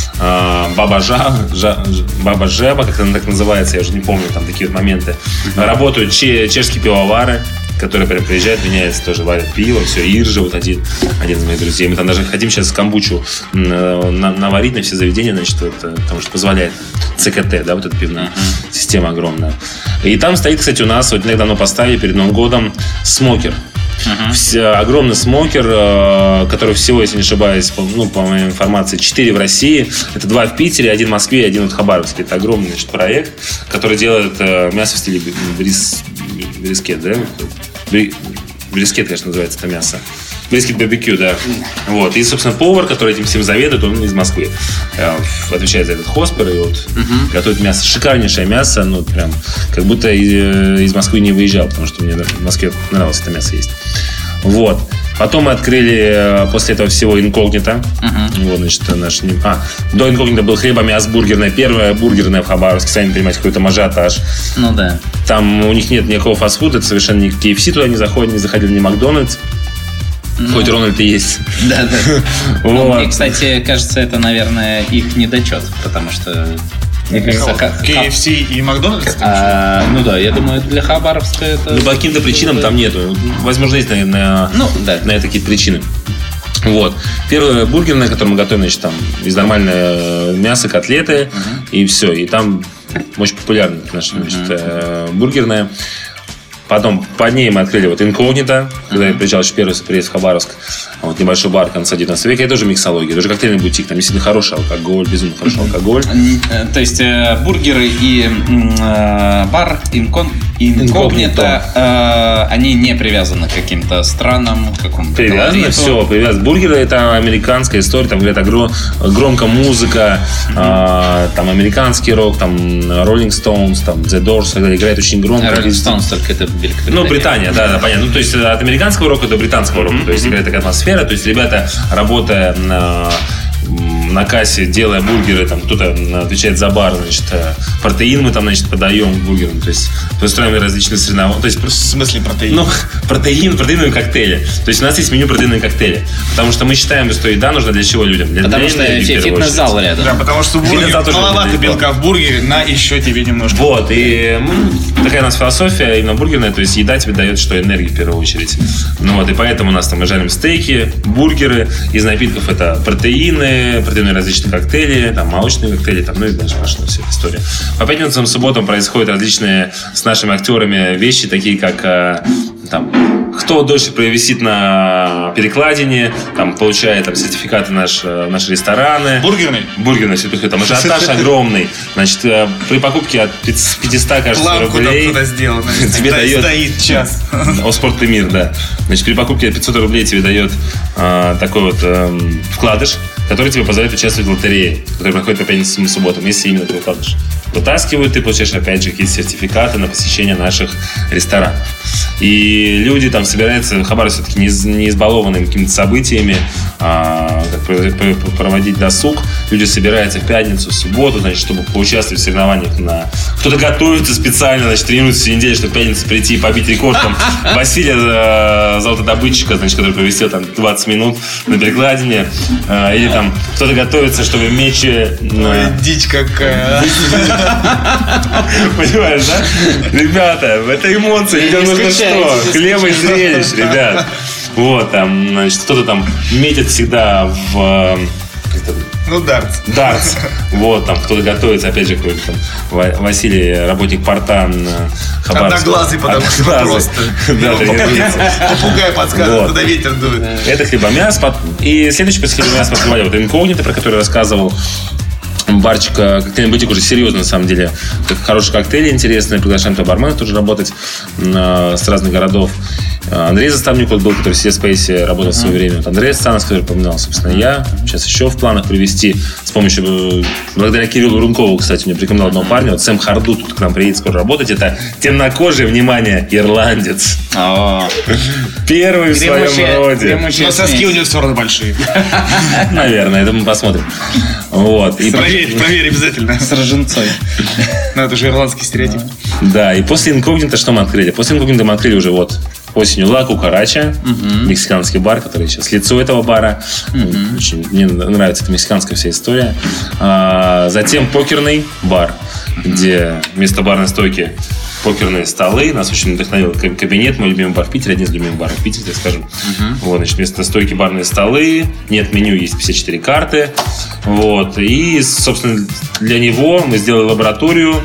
Баба Жа, Жа, Баба Жеба, как она так называется, я уже не помню, там такие вот моменты. Работают че, чешские пивовары, которые прям приезжают, меняются, тоже варят пиво, все, Иржа, вот один, один из моих друзей. Мы там даже хотим сейчас камбучу на, наварить на все заведения, значит, вот, потому что позволяет ЦКТ, да, вот эта пивная uh-huh. система огромная. И там стоит, кстати, у нас, вот недавно поставили перед Новым годом смокер. Uh-huh. Все, огромный смокер, э, который всего, если не ошибаюсь, по, ну, по моей информации, четыре в России. Это два в Питере, один в Москве и один в Хабаровске. Это огромный, значит, проект, который делает э, мясо в стиле брис, брискет, да? Бри, брискет, конечно, называется это мясо. Брискет барбекю, да. Вот. И, собственно, повар, который этим всем заведует, он из Москвы. Э, отвечает за этот хоспер и вот uh-huh. готовит мясо. Шикарнейшее мясо, ну, прям, как будто из, из Москвы не выезжал, потому что мне в Москве нравилось это мясо есть. Вот. Потом мы открыли после этого всего инкогнито. Uh-huh. Вот, значит, наш... А, до инкогнито был хлебомяс бургерная. Первая бургерная в Хабаровске. Сами понимаете, какой-то ажиотаж. Ну да. Там у них нет никакого фастфуда. Это совершенно ни кей эф си туда не заходит, не заходил ни Макдональдс. Ну, хоть Рональд и есть. Да, да. Вот. Мне, кстати, кажется, это, наверное, их недочет. Потому что... Мне кажется, как, кей эф си и Макдональдс? А, ну да, я думаю, для Хабаровска это... Ну, по каким-то причинам там нету. Возможно, есть, наверное, ну, да. на это какие-то причины. Вот. Первая бургерная, которую мы готовим, значит, там из нормального мяса, котлеты, uh-huh. и все. И там очень популярная наша, значит, uh-huh. бургерная. Потом под ней мы открыли вот инкогнито, когда я приезжал еще первый приезд в Хабаровск. Вот небольшой бар конца девятнадцатого века. Это тоже миксология, тоже коктейльный бутик. Там действительно хороший алкоголь, безумно хороший алкоголь. То есть э, бургеры и э, бар инкон, инкогнито, э, они не привязаны к каким-то странам, к какому-то привязано все, привязано. Бургеры — это американская история, там говорят огром, громко музыка, mm-hmm. э, там американский рок, там Rolling Stones, там The Doors, когда играет очень громко. Rolling Stones только это Великобритания. Ну, Британия, да, да, понятно. Ну, то есть от американского рока до британского рока. Mm-hmm. То есть играет такая атмосфера. То есть ребята, работая на, на кассе, делая бургеры, там кто-то отвечает за бар, значит, протеин мы там, значит, подаем бургерам, то есть устраиваем различные соревнования. То есть, в смысле протеин? Ну, протеин, протеиновые коктейли. То есть у нас есть меню протеиновые коктейли. Потому что мы считаем, что еда нужна для чего людям? Для потому что фитнес-зал рядом. Да, потому что бургер, маловато белка в бургере, на еще тебе немножко. Вот, и ну, такая у нас философия именно бургерная, то есть еда тебе дает что? Энергию в первую очередь. Ну вот, и поэтому у нас там мы жарим стейки, бургеры, из напитков это протеины, протеиновые различные коктейли, там молочные коктейли, там, ну и дальше пошла вся эта история. По пятницам, субботам происходят различные с нашими актерами вещи, такие как там, кто дольше провисит на перекладине, там, получает там, сертификаты наш, наши рестораны. Бургерный? Бургерный, все такое. Там ажиотаж огромный. Значит, при покупке от пятисот, кажется, планку рублей... Планку сделано. Тебе дает... Стоит час. О, Спорт-Премир, да. Значит, при покупке от пятисот рублей тебе дает а, такой вот а, вкладыш, который тебе позволяет участвовать в лотерее, которая проходит по пятницам и субботам, если именно ты вкладыш. Вытаскивают, ты получаешь, опять же, какие-то сертификаты на посещение наших ресторанов. И люди там собираются, Хабар все-таки не, не избалованы какими-то событиями, а, как проводить досуг. Люди собираются в пятницу, в субботу, значит, чтобы поучаствовать в соревнованиях. На... Кто-то готовится специально, значит, тренируется всю неделю, чтобы в пятницу прийти и побить рекорд. Там, Василия э, золотодобытчика, значит, который провести там двадцать минут на перекладине. Э, или там кто-то готовится, чтобы мечи... Ой, дичь какая. Понимаешь, да? Ребята, это эмоции. Людям нужно что? Хлеба и зрелищ, ребят. Вот, там, значит, кто-то там метит всегда в... Ну, дартс. Дартс. Вот, там кто-то готовится, опять же, какой-то там Василий, работник порта Хабаровска. Одноглазый, потому что просто. Да, тренируется. Попугай подсказывает, куда ветер дует. Это хлебомяс. И следующий после хлебомяса открывали вот инкогнито, про который рассказывал. Барчик, коктейльный бутик уже серьезно, на самом деле. Хорошие коктейли интересные. Приглашаем туда барменов тоже работать э, с разных городов. Андрей Заставник вот был, который в Си-Спейсе работал в свое время. Вот Андрей Станов, который упоминал, собственно, я. Сейчас еще в планах привести с помощью... Благодаря Кириллу Рункову, кстати, мне порекомендовал одного парня. Вот Сэм Харду тут к нам приедет скоро работать. Это темнокожий, внимание, ирландец. Первый в своем роде. Но соски у него все равно большие. Наверное, это мы посмотрим. Вот. Проверь, проверь обязательно. С роженцой. Ну, это же ирландский стереотип. Да, и после инкогнито что мы открыли? После инкогнито мы открыли уже вот осенью Ла Кукарача, uh-huh. мексиканский бар, который сейчас лицо этого бара. Uh-huh. Очень, мне нравится эта мексиканская вся история. А, затем покерный бар, uh-huh. где вместо барной стойки покерные столы. Нас очень вдохновил кабинет, мой любимый бар в Питере, один из любимых баров в Питере, так скажем. Uh-huh. Вот, значит, вместо стойки барные столы, нет меню, есть пятьдесят четыре карты. Вот, и, собственно, для него мы сделали лабораторию.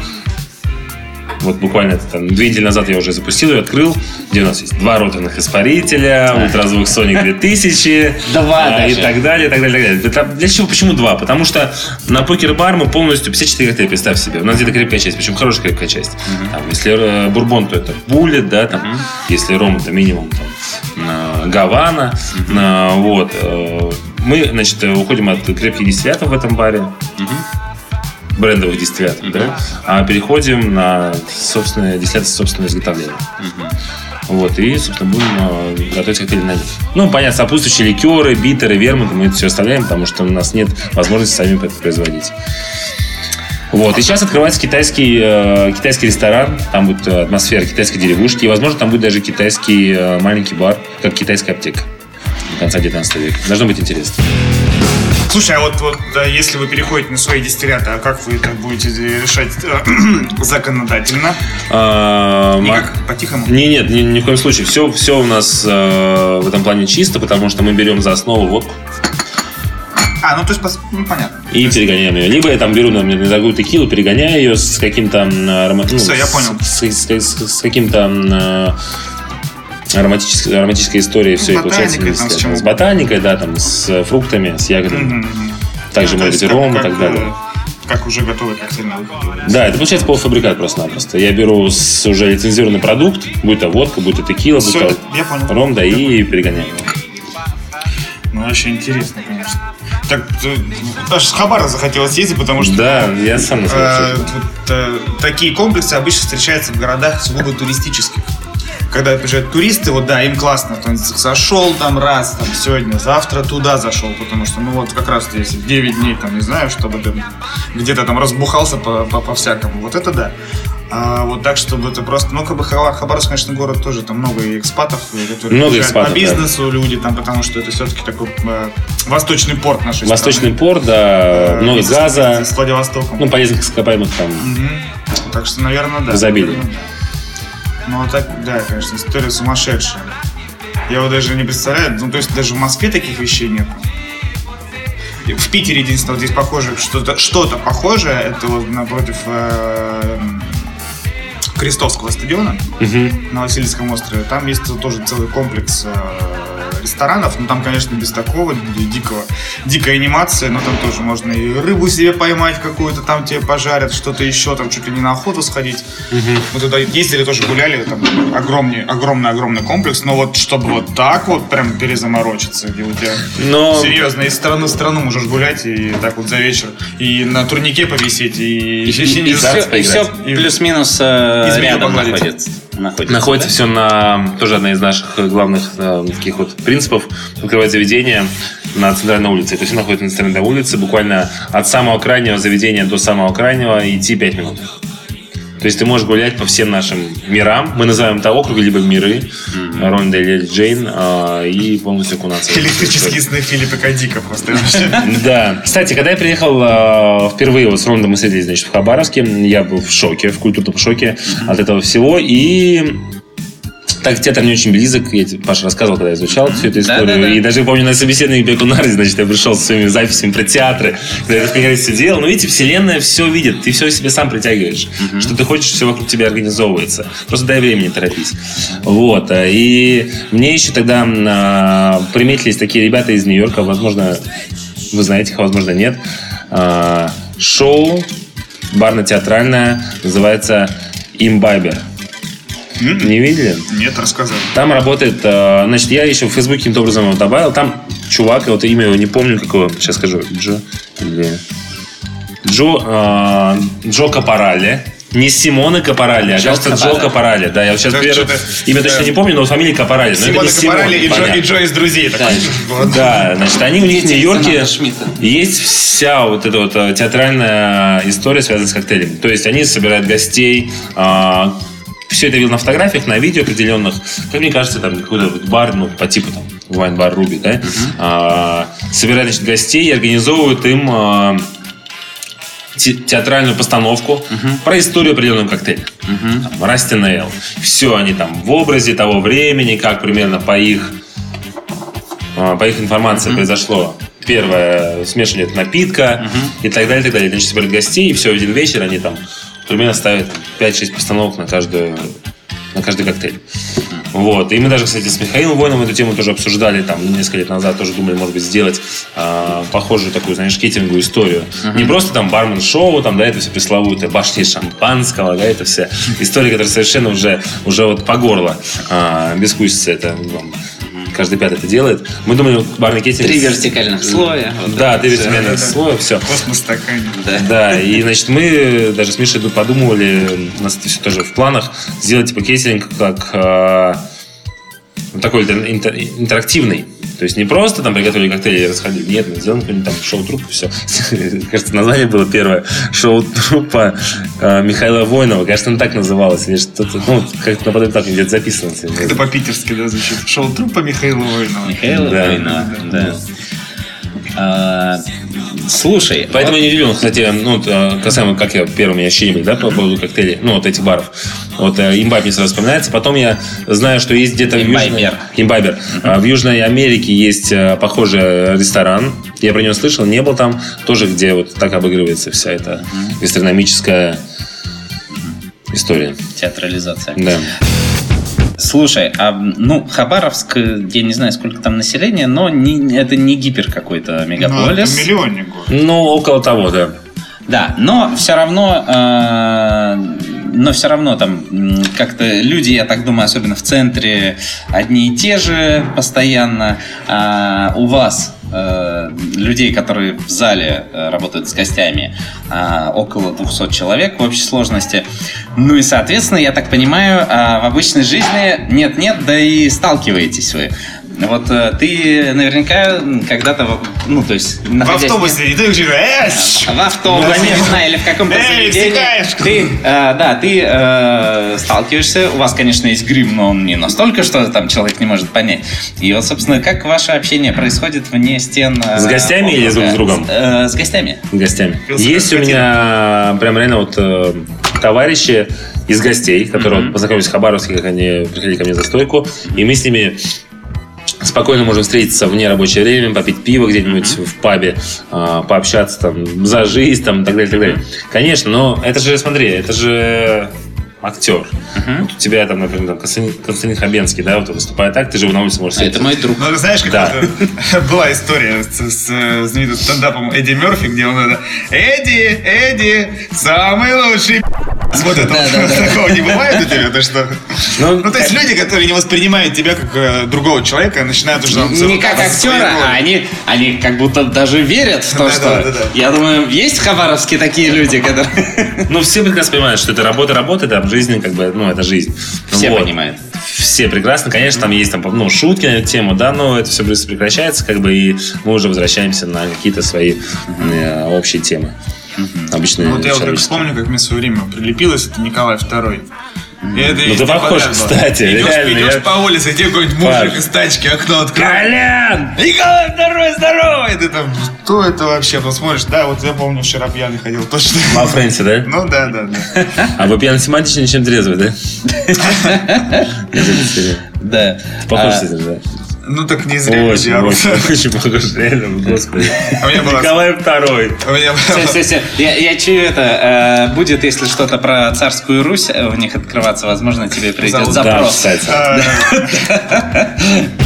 Вот буквально там, две недели назад я уже запустил и открыл, где у нас есть два роторных испарителя, ультразвук Sonic две тысячи два и так далее, и так далее, и так далее. Для чего? Почему два? Потому что на покер-бар мы полностью пятьдесят четыре коктейля, представь себе. У нас где-то крепкая часть, причем хорошая крепкая часть. Uh-huh. Там, если э, бурбон, то это буллет, да, там, uh-huh. если ром, это минимум там, э, гавана. Uh-huh. Э, вот. Э, мы, значит, уходим от крепких дистиллятов в этом баре. Uh-huh. брендовых дистиллятов, uh-huh. да, а переходим на собственное дистилляты собственного изготовления. Uh-huh. Вот, и, собственно, будем э, готовить коктейли на них. Ну, понятно, сопутствующие ликеры, битеры, вермуты, мы это все оставляем, потому что у нас нет возможности сами это производить. Вот, и сейчас открывается китайский, э, китайский ресторан, там будет атмосфера китайской деревушки, и, возможно, там будет даже китайский э, маленький бар, как китайская аптека до конца девятнадцатого века. Должно быть интересно. Слушай, а вот, вот да, если вы переходите на свои дистилляты, а как вы это будете решать э, законодательно? А, Никак по-тихому? Не, нет, ни, ни в коем случае. Все, все у нас э, в этом плане чисто, потому что мы берем за основу водку. А, ну то есть, ну понятно. И есть... перегоняем ее. Либо я там беру, например, недорогую текилу, перегоняю ее с каким-то ароматом. Все, ну, я понял. С, с, с, с каким-то ароматической, ароматической историей, все, и получается там, с, с ботаникой, да, там, с фруктами, с ягодами. Mm-hmm. Также ну, может быть ром и так далее. Как уже готовый коктейль. Да, это получается полуфабрикат просто-напросто. Я беру с уже лицензированный продукт, будь то водка, будь то текила, будь то ром, да, и перегоняю его. Ну, вообще интересно, конечно. Так, аж с Хабара захотелось ездить, потому что... Да, я сам на самом деле. Такие комплексы обычно встречаются в городах сугубо туристических. когда приезжают туристы, вот да, им классно, там зашел там раз, там сегодня, завтра туда зашел, потому что, ну вот как раз здесь девять дней, там, не знаю, чтобы ты где-то там разбухался по, по, по-всякому, вот это да. А вот так, чтобы это просто, ну, как бы Хабаровск, конечно, город тоже, там много и экспатов, которые много экспатов, по бизнесу, да. Люди там, потому что это все-таки такой э, восточный порт нашей Восточный страны. порт, да, много газа. С Владивостоком. Ну, полезных ископаемых там. Угу. Так что, наверное, да. В изобилии. Ну, а так, да, конечно, история сумасшедшая. Я вот даже не представляю, ну, то есть даже в Москве таких вещей нет. В Питере единственное, вот здесь похоже, что-то, что-то похожее, это вот напротив э, Крестовского стадиона uh-huh. на Васильевском острове. Там есть тоже целый комплекс э, ресторанов, но там, конечно, без такого дикого, дикой анимации, но там тоже можно и рыбу себе поймать какую-то, там тебе пожарят, что-то еще, там чуть ли не на охоту сходить. Uh-huh. Мы туда ездили, тоже гуляли, там огромный, огромный-огромный комплекс, но вот чтобы вот так вот прям перезаморочиться, где у тебя но... серьезно, из страны в страну можешь гулять и так вот за вечер, и на турнике повисеть, и, и, и, и, и, все, и все плюс-минус э, рядом находится. Находится, находится да? все на... Тоже одна из наших главных э, таких вот принципов. Открывать заведение на центральной улице. Это все находится на центральной улице. Буквально от самого крайнего заведения до самого крайнего идти пять минут. То есть ты можешь гулять по всем нашим мирам. Мы называем это округи, либо миры. Mm-hmm. Ронда или Джейн. Э, и полностью окунаться. Электрические сны Филиппа К. Дика просто. Да. Кстати, когда я приехал э, впервые вот с Рондой, мы встретились, значит, в Хабаровске, я был в шоке, в культурном шоке от этого всего. И... Так, театр не очень близок. Я тебе, Паша, рассказывал, когда я изучал всю эту историю. Да, да, да. И даже помню на собеседовании Бекунаре, значит, я пришел со своими записями про театры, когда я это все делал. Но видите, вселенная все видит. Ты все себе сам притягиваешь. Uh-huh. Что ты хочешь, все вокруг тебя организовывается. Просто дай времени, торопись. Вот. И мне еще тогда а, приметились такие ребята из Нью-Йорка. Возможно, вы знаете их, а возможно, нет. А, шоу барно-театральное называется «Имбайбер». Mm-hmm. Не видели? Нет, рассказал. Там работает, значит, я еще в Фейсбуке каким-то образом его добавил. Там чувак, вот имя его не помню, какого, сейчас скажу, Джо или Джо, э, Джо Капаралли. Не Симона Капаралли, а кажется Джо Капаралли. Да, я вот сейчас первое имя точно не помню, но фамилия Капаралли. Симона Капаралли и Джо, и Джо из «Друзей». Да, да, значит, они у них в Нью-Йорке есть вся вот эта вот театральная история, связанная с коктейлями. То есть они собирают гостей. Все это видел на фотографиях, на видео определенных. Как мне кажется, там какой-то бар, ну, по типу там вайн-бар Руби, да, uh-huh. а, собирают, значит, гостей и организовывают им а, те, театральную постановку uh-huh. про историю определенного коктейля. Uh-huh. Растин Эйл. Все они там в образе того времени, как примерно по их, а, по их информации uh-huh. произошло. Первое смешивание напитка uh-huh. и так далее, и так далее. Значит, собирают гостей, и все, в один вечер они там примерно ставят пять-шесть постановок на каждую, на каждый коктейль. Вот. И мы даже, кстати, с Михаилом Воиновым эту тему тоже обсуждали. Там несколько лет назад тоже думали, может быть, сделать э, похожую такую, знаешь, кетинговую историю. Uh-huh. Не просто там бармен-шоу, там, да, это все пресловутое, башни шампанского, да, это вся история, которая совершенно уже, уже вот по горло э, бескусица. Это там, каждый пятый это делает. Мы думали, барный кетинг... Три вертикальных слоя. Вот да, три вертикальных слоя, все. Космос стакане. Да. Да, и, значит, мы даже с Мишей подумывали, у нас это все тоже в планах, сделать типа кетинг как э, такой интер- интерактивный. То есть не просто там приготовили коктейли и расходили. Нет, мы сделаем какой-нибудь там шоу-труппу, все. Кажется, название было первое. Шоу-труппа э, Михаила Воинова. Кажется, она так называлась. Или что-то, ну, как-то наподобие так где-то записано. Это по-питерски, да, звучит. Шоу-труппа Михаила Воинова. Михаила да. Воинова, да. да. А, слушай, поэтому вот... я не удивлен, кстати, ну, касаемо, как я первыми ощущениями, да, по поводу коктейлей, ну, вот этих баров. Вот имбайб мне сразу вспоминается. Потом я знаю, что есть где-то имбайбер. в Южной... Имбайбер. Uh-huh. В Южной Америке есть похожий ресторан. Я про него слышал, не был там. Тоже, где вот так обыгрывается вся эта uh-huh. гастрономическая uh-huh. история. Театрализация. Да. Слушай, а, ну, Хабаровск, я не знаю, сколько там населения, но не, это не гипер какой-то мегаполис. Ну, это миллионник город. Ну, около того, да. Да, но все равно, э, но все равно там как-то люди, я так думаю, особенно в центре, одни и те же постоянно. А у вас э, людей, которые в зале работают с гостями, э, около двухсот человек в общей сложности. Ну и, соответственно, я так понимаю, в обычной жизни нет-нет, да и сталкиваетесь вы. Вот ты наверняка когда-то, ну, то есть... В автобусе, и ты уже... В автобусе, конечно, или в каком-то заведении. Ты, э, да, ты э, сталкиваешься, у вас, конечно, есть грим, но он не настолько, что там человек не может понять. И вот, собственно, как ваше общение происходит вне стен... Э, с гостями или друг с другом? С, э, с гостями. С гостями. Есть у меня прям реально вот э, товарищи из гостей, которые mm-hmm. познакомились в Хабаровске, как они приходили ко мне за стойку, и мы с ними... спокойно можем встретиться в нерабочее время, попить пиво где-нибудь mm-hmm. в пабе, э, пообщаться там за жизнь там, и так далее, и так далее. Конечно, но это же, смотри, это же актер. Uh-huh. Вот у тебя там, например, там, Константин, Константин Хабенский, да, вот выступает так, ты же на улице можешь а это мой друг. Ну, знаешь, как да. была история с, с знаменитым стендапом Эдди Мерфи, где он это Эдди, Эдди, самый лучший. Вот это да, да, да. Такого не бывает у тебя, то что? Ну, ну то есть люди, которые не воспринимают тебя как э, другого человека, начинают уже... Не, не как актера, а они, они как будто даже верят в то, да, что... Да, да, да. Я думаю, есть в Хабаровске такие люди, которые... Ну, все прекрасно понимают, что это работа, работа, да, жизнь, как бы, ну, это жизнь. Все вот. Понимают. Все прекрасно. Конечно, там есть там, ну, шутки на эту тему, да, но это все быстро прекращается, как бы, и мы уже возвращаемся на какие-то свои э, общие темы. Mm-hmm. Обычно ну, вот я вот как вспомню, как мне в свое время прилепилось, это Николай второй. И это ну ты похож, кстати. Идешь, реально, идешь я... по улице, тебе какой-нибудь мужик из тачки окно открывает. Колян! Николай второй, здоровый! Ты там, что это вообще? Ну смотришь, да, вот я помню, вчера пьяный ходил, точно. Во Фрэнсе, да? Ну да, да, да. А вы пьяный семантичнее, чем трезвый, да? Да. Похож, кстати, да. Ну так не зря. Очень, очень, очень похож, реально, господи. А у меня была... Николай второй. У меня все, все, все. Я, я чую это. Э, будет, если что-то про царскую Русь у них открываться, возможно, тебе придет Зал... запрос. Да, кстати.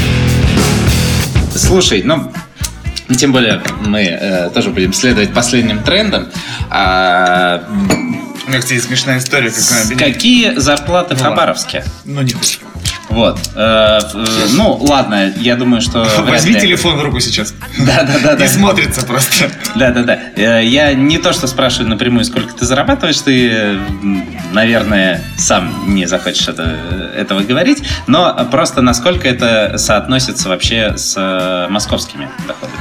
Слушай, ну... Тем более мы э, тоже будем следовать последним трендам. А... У меня, кстати, смешная история. Как Какие зарплаты ну, в Хабаровске? Ну, не хочу. Вот. Э, э, ну, ладно, я думаю, что... Возьми телефон в руку сейчас. Да-да-да. Не смотрится просто. Да-да-да. Я не то, что спрашиваю напрямую, сколько ты зарабатываешь, ты, наверное, сам не захочешь это, этого говорить, но просто насколько это соотносится вообще с московскими доходами.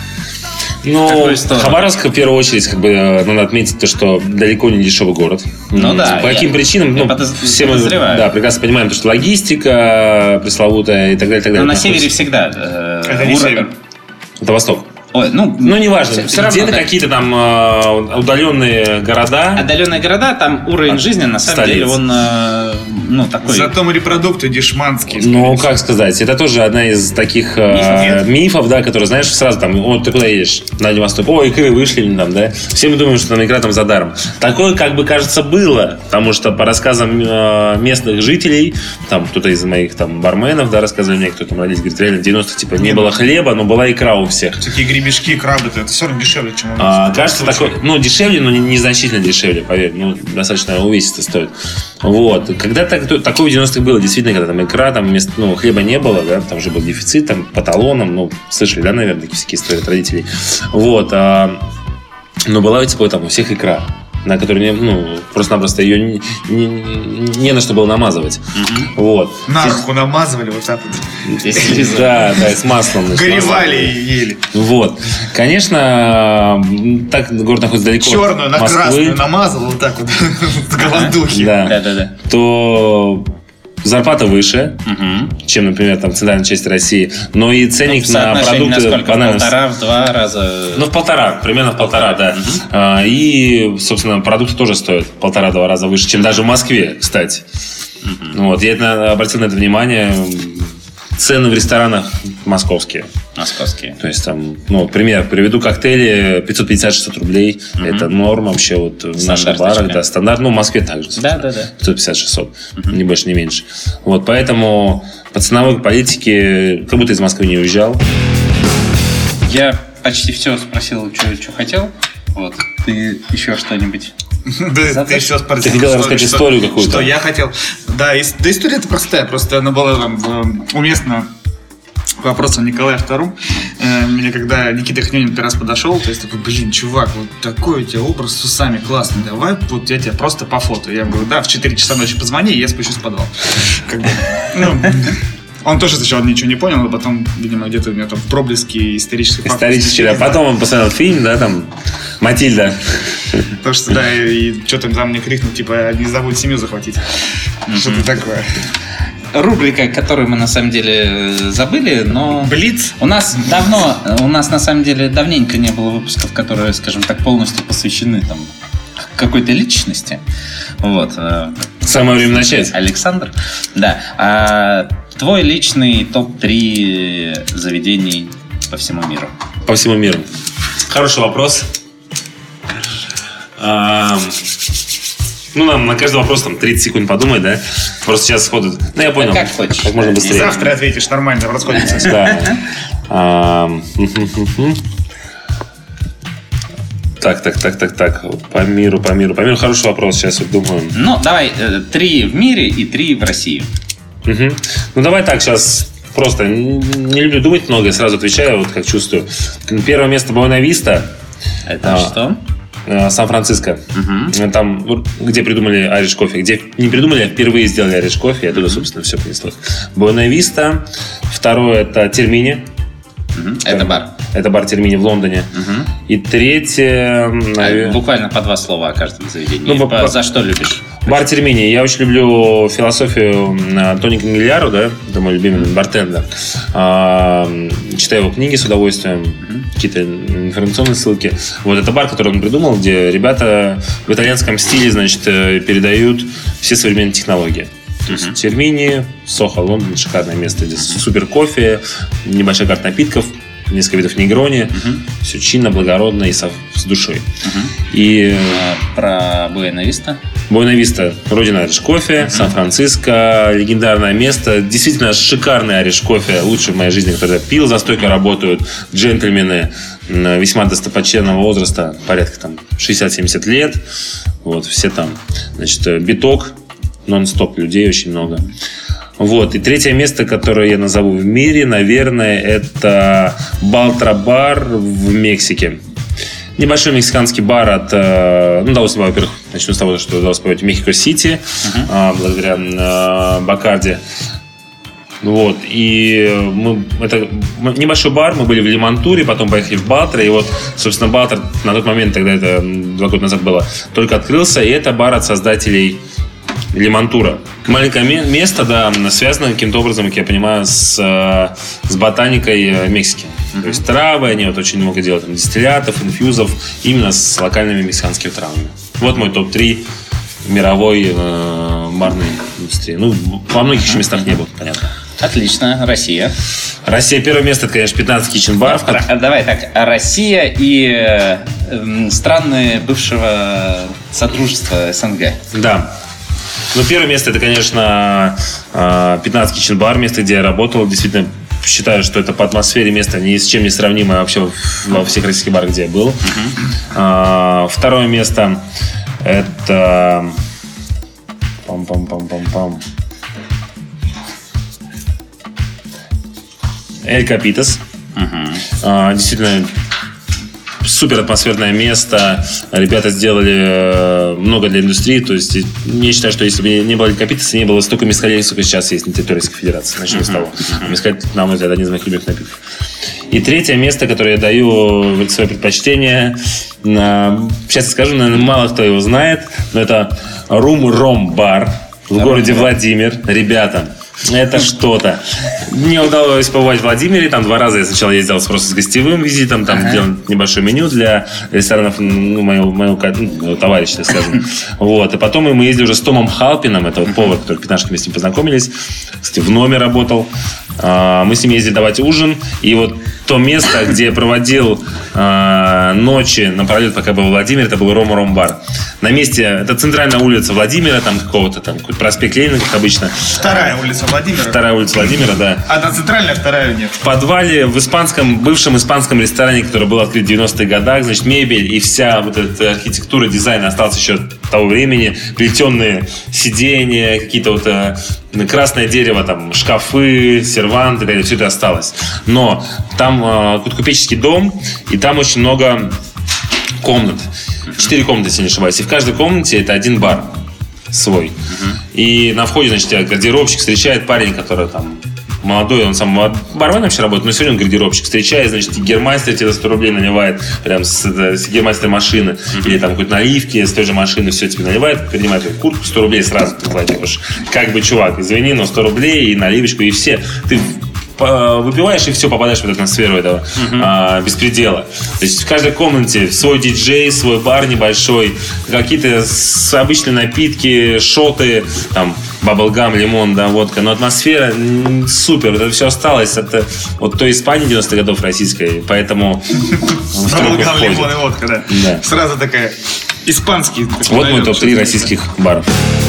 Ну, Хабаровск, в первую очередь, как бы, надо отметить то, что далеко не дешевый город. Ну да. По каким я, причинам? Я ну, подоз... все мы да, прекрасно понимаем, то, что логистика пресловутая и так далее, и так далее. Но на севере всегда. Э, это не север. Это восток. Ой, ну, ну, неважно. Все равно, где-то да. какие-то там э, удаленные города. Отдаленные города, там уровень а, жизни, на самом столиц. деле, он, э, ну, такой... Зато морепродукты дешманские. Ну, как сказать, это тоже одна из таких э, мифов, да, которые, знаешь, сразу там, вот ты куда едешь? На Дальний Восток. Ой, икры вышли там, да? Все мы думаем, что там икра там за даром. Такое, как бы, кажется, было, потому что по рассказам э, местных жителей, там, кто-то из моих там барменов, да, рассказывали мне, кто там родились, говорит, реально, в девяностых, типа, не, не было хлеба, но была икра у всех. Такие гребешки, крабы-то, это все равно дешевле, чем у нас. А, кажется, такой, ну, дешевле, но незначительно не дешевле, поверь. Ну, достаточно увесисто стоит. Вот. Когда так, такое в девяностых было, действительно, когда там икра, там вместо, ну, хлеба не было, да, там же был дефицит, там, по талонам, ну, слышали, да, наверное, такие всякие истории от родителей. Вот. А, но была, типа, там у всех икра, на которую, ну, просто-напросто ее не, не, не на что было намазывать. Mm-hmm. Вот. На руку намазывали вот так вот. Да, да, с маслом. Горевали и ели. Вот. Конечно, так город находится далеко от Москвы. Черную на красную намазал вот так вот с голодухи. Да, да, да. То зарплата выше, угу. чем, например, там, в центральной части России, но и ценник ну, на продукты... На сколько? В полтора, в два раза? Ну, в полтора, примерно в полтора, да. Угу. А, и, собственно, продукты тоже стоят полтора-два раза выше, чем даже в Москве, кстати. Угу. Вот, я это, обратил на это внимание. Цены в ресторанах московские. Московские. То есть там, ну, пример, приведу коктейли пятьсот пятьдесят - шестьсот рублей. Mm-hmm. Это норм вообще вот в наших барах, да, стандарт. Ну, в Москве также. Да, да, да. пятьсот пятьдесят - шестьсот. Mm-hmm. Не больше, не меньше. Вот, поэтому по ценовой политике как будто из Москвы не уезжал. Я почти все спросил, что, что хотел. Вот. Ты еще что-нибудь? Да, ты сейчас Ты хотел рассказать историю какую-то. Что я хотел. Да, да, история-то простая. Просто она была там уместна к вопросу о Николае втором. Э, мне когда Никита Хнёнин первый раз подошел, то есть такой, блин, чувак, вот такой у тебя образ с усами классный, давай вот я тебя просто по фото. Я говорю, да, в четыре часа ночи позвони, и я спущусь в подвал. Как бы, ну, он тоже сначала ничего не понял, а потом, видимо, где-то у меня там в проблеске исторической факты. Исторический, а потом он посмотрел фильм, да, там, «Матильда». Потому что, да, и что-то там мне крикнул, типа, не забудь семью захватить. Что-то такое. Рубрика, которую мы на самом деле забыли, но... Блиц? У нас давно, у нас на самом деле давненько не было выпусков, которые, скажем так, полностью посвящены там какой-то личности. Вот. Самое время начать. Александр. Да. А твой личный топ три заведений по всему миру? По всему миру. Хороший вопрос. А, ну, нам на каждый вопрос там тридцать секунд подумать, да? Просто сейчас сходу. Ну, я понял. Как хочешь. Как можно быстрее. Завтра ответишь нормально, расходимся. Да. А, Так, так, так, так, так. По миру, по миру, по миру. Хороший вопрос, сейчас вот думаю. Ну, давай, э, три в мире и три в России. Угу. Ну, давай так, сейчас просто не люблю думать много, я сразу отвечаю, вот как чувствую. Первое место Буэна Виста. Это а, что? Сан-Франциско. Угу. Там, где придумали Irish кофе. Где не придумали, а впервые сделали Irish кофе. И оттуда, собственно, все понеслось. Буэна Виста. Второе, это Термини. Угу. Это бар. Это бар Термини в Лондоне. Угу. И третье... А, буквально по два слова о каждом заведении. Ну, по, по, за что любишь? Бар Термини. Я очень люблю философию Тони Кангильяро, да, это мой любимый бартендер. А, читаю его книги с удовольствием, mm-hmm. какие-то информационные ссылки. Вот это бар, который он придумал, где ребята в итальянском стиле, значит, передают все современные технологии. То есть mm-hmm. Термини, Сохо, Лондон, шикарное место, где mm-hmm. супер кофе, небольшая карта напитков, несколько видов негрони, uh-huh. все чинно, благородно и со, с душой. Uh-huh. И а, про Буэна Виста? Буэна Виста, родина Irish кофе, uh-huh. Сан-Франциско, легендарное место, действительно шикарный Irish кофе, лучший в моей жизни, который я пил, за стойкой работают джентльмены весьма достопочтенного возраста, порядка там шестьдесят-семьдесят лет, вот, все там, значит, биток, нон-стоп людей очень много. Вот. И третье место, которое я назову в мире, наверное, это Балтра бар в Мексике. Небольшой мексиканский бар от... Ну, удалось, во-первых, начну с того, что удалось побывать в Мехико-Сити, uh-huh. благодаря Бакарди. Вот. И мы, это небольшой бар, мы были в Лимонтуре, потом поехали в Балтра. И вот, собственно, Балтра на тот момент, тогда это два года назад было, только открылся. И это бар от создателей Лимонтура. Маленькое место, да, связано каким-то образом, как я понимаю, с, с ботаникой Мексики. Mm-hmm. То есть травы, они вот очень много делают там, дистиллятов, инфьюзов, именно с локальными мексиканскими травами. Вот мой топ три мировой э, барной индустрии. Ну, во многих еще местах не было, понятно. Отлично. Россия. Россия. Первое место, это, конечно, пятнадцать Kitchen Bar. А, давай так. Россия и э, страны бывшего содружества СНГ. Да. Ну, первое место, это, конечно, пятнадцать Kitchen Bar, место, где я работал. Действительно, считаю, что это по атмосфере место ни с чем не сравнимое вообще во всех российских барах, где я был. Uh-huh. Второе место, это... Пам-пам-пам-пам-пам. Эль Капитас. Uh-huh. Действительно... Супер атмосферное место. Ребята сделали много для индустрии. То есть, я считаю, что если бы не было Капитаса, не было столько мескалей, сколько сейчас есть на территории Российской Федерации. Начнем uh-huh. с того. Мескаль, на мой взгляд, один из моих любимых напитков. И третье место, которое я даю свое предпочтение, сейчас я скажу, наверное, мало кто его знает, но это Рум Ром бар в городе Владимир. Ребята, это что-то. Мне удалось побывать в Владимире. Там два раза я сначала ездил просто с гостевым визитом. Там ага. делал небольшое меню для ресторанов ну, моего, моего, моего товарища, так скажем. Вот. И потом мы ездили уже с Томом Халпином. Это вот повар, который в пятнашке мы с ним познакомились. Кстати, в номер работал. Мы с ним ездили давать ужин. И вот то место, где я проводил ночи напролет, пока был в Владимире, это был Рома Ром бар. На месте, это центральная улица Владимира, там какого-то там, какой-то проспект Ленина, как обычно. Вторая улица Владимира. Вторая улица Владимира, да. Одна центральная, вторая нет. В подвале, в испанском, бывшем испанском ресторане, который был открыт в девяностых годах, значит, мебель и вся вот эта архитектура, дизайн остался еще того времени, плетеные сиденья, какие-то вот э, красное дерево, там, шкафы, серванты, так далее, все это осталось. Но там э, купеческий дом, и там очень много комнат. Четыре комнаты, если не ошибаюсь. И в каждой комнате это один бар свой. Uh-huh. И на входе, значит, тебя гардеробщик встречает, парень, который там молодой, он сам барменом вообще работает, но сегодня он гардеробщик. Встречает, значит, гермайстер тебе за сто рублей наливает прям с, с гермайстер машины. Uh-huh. Или там какой-то наливки с той же машины, все тебе наливает, принимает куртку, сто рублей сразу ты платишь. Как бы, чувак, извини, но сто рублей и наливочку, и все. Ты выпиваешь, и все, попадаешь в эту атмосферу этого uh-huh. а, беспредела. То есть в каждой комнате свой диджей, свой бар небольшой, какие-то обычные напитки, шоты, там, баблгам, лимон, да, водка. Но атмосфера супер. Это все осталось от вот той Испании девяностых годов российской. Поэтому баблгам, лимон и водка, да. да. Сразу такая испанский. Вот мой топ три российских баров.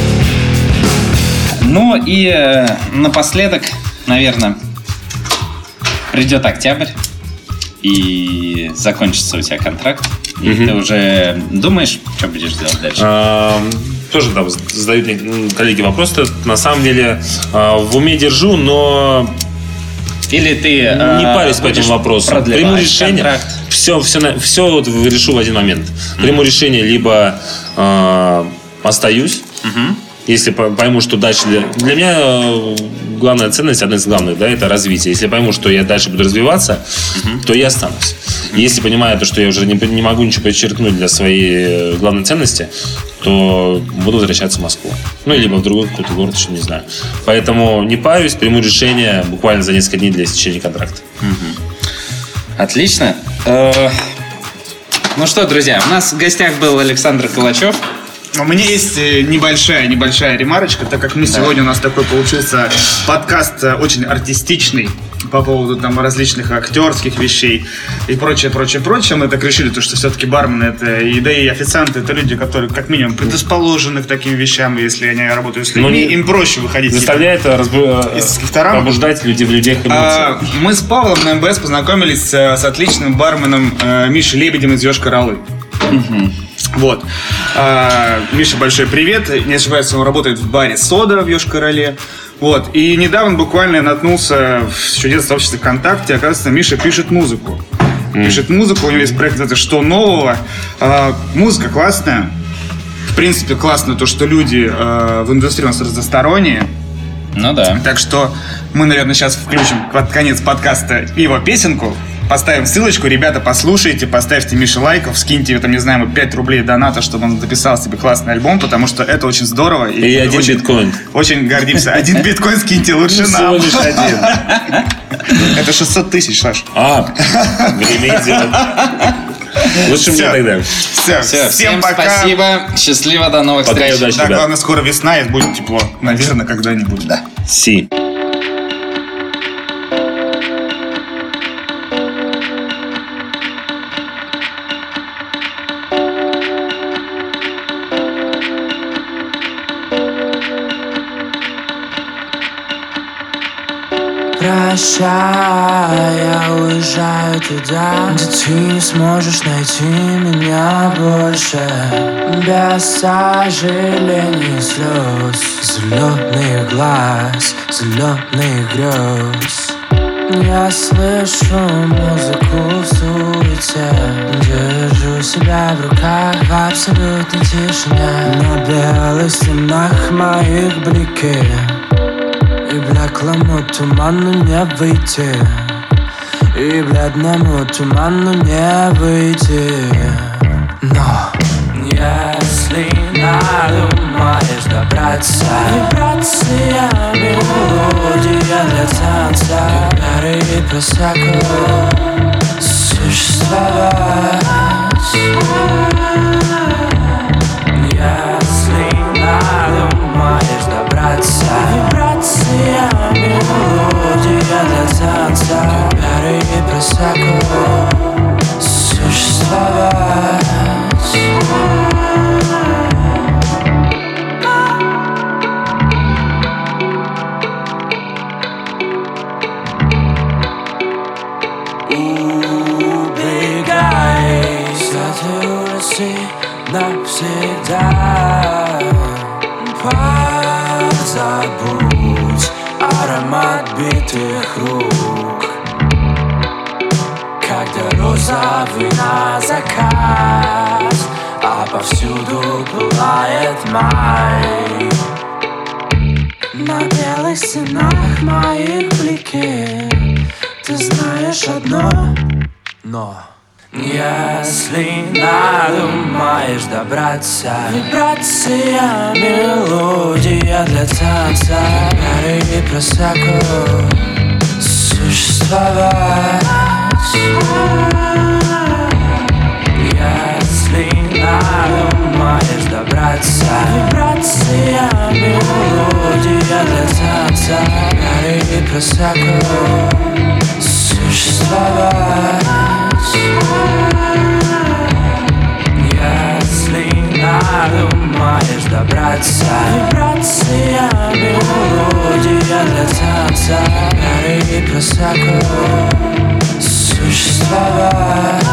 Ну и э, напоследок, наверное, придет октябрь, и закончится у тебя контракт. И mm-hmm. ты уже думаешь, что будешь делать дальше? А, тоже там задают мне коллеги вопрос. На самом деле в уме держу, но или ты не парюсь по этому вопросу. Приму решение. Контракт. Все, все, все вот решу в один момент. Приму mm-hmm. решение, либо э, остаюсь. Mm-hmm. Если пойму, что дальше... Для, для меня главная ценность, одна из главных, да, это развитие. Если пойму, что я дальше буду развиваться, uh-huh. то я останусь. Uh-huh. Если понимаю, то, что я уже не, не могу ничего подчеркнуть для своей главной ценности, то буду возвращаться в Москву. Ну, либо в другой какой-то город, еще не знаю. Поэтому не парюсь, приму решение буквально за несколько дней для истечения контракта. Uh-huh. Отлично. Ну что, друзья, у нас в гостях был Александр Калачев. У меня есть небольшая, небольшая ремарочка, так как мы да. сегодня у нас такой получился подкаст очень артистичный по поводу там различных актерских вещей и прочее, прочее, прочее. Мы так решили, то, что все-таки бармены это, и да и официанты это люди, которые как минимум предрасположены к таким вещам, если они работают с людьми, им проще выходить. Заставляет разбу... пробуждать людей в людях эмоции. А, мы с Павлом на МБС познакомились с, с отличным барменом э, Мишей Лебедем из Йошкар-Олы. Угу. Вот. А, Миша, большой привет. Не ошибаюсь, он работает в баре «Сода» в Йошкар-Оле. Вот. И недавно буквально я наткнулся в чудесном сообществе ВКонтакте. Оказывается, Миша пишет музыку. Mm. Пишет музыку. У него есть проект, называется «Что нового?». А, музыка классная. В принципе, классно то, что люди а, в индустрии у нас разносторонние. Ну да. Так что мы, наверное, сейчас включим под конец подкаста его песенку. Поставим ссылочку, ребята, послушайте, поставьте Мише лайков, скиньте, там, не знаю, пять рублей доната, чтобы он записал себе классный альбом, потому что это очень здорово. И, и один очень, биткоин. Очень гордимся. Один биткоин скиньте лучше нам. Всего лишь один. Это шестьсот тысяч, Саш. А, время делать. Лучше мне тогда. Все, Все всем пока. Спасибо, счастливо, до новых пока встреч. Удачи, да, главное, скоро весна и будет тепло. Наверное, когда-нибудь, да. Си. Прощай, я уезжаю туда, где ты не сможешь найти меня больше. Без сожалений и слез, залетных глаз, залетных грез. Я слышу музыку в суете, держу себя в руках в абсолютной тишине. На белых стенах моих блики и блеклому туману не выйти, и бледному туману не выйти. Но если надумаешь добраться, вибрация, мелодия для танца, Гары и просеку существовать. Если надумаешь добраться, вибрация, мелодия для танца, Гары и просеку существовать. Убегай навсегда. Позабудь аромат битых рук, когда розовый на заказ, а повсюду пылает май. На белых стенах моих блики ты знаешь одно, но если надумаешь добраться, вибрация, мелодия для танца, Бери и просаку существовать. Если надумаешь добраться, вибрация, мелодия для танца, Бери и просаку существовать. Если надумаешь добраться, вибрация, мелодия для танца, Бери и просаку существовать.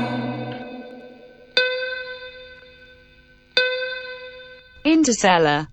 Interstellar.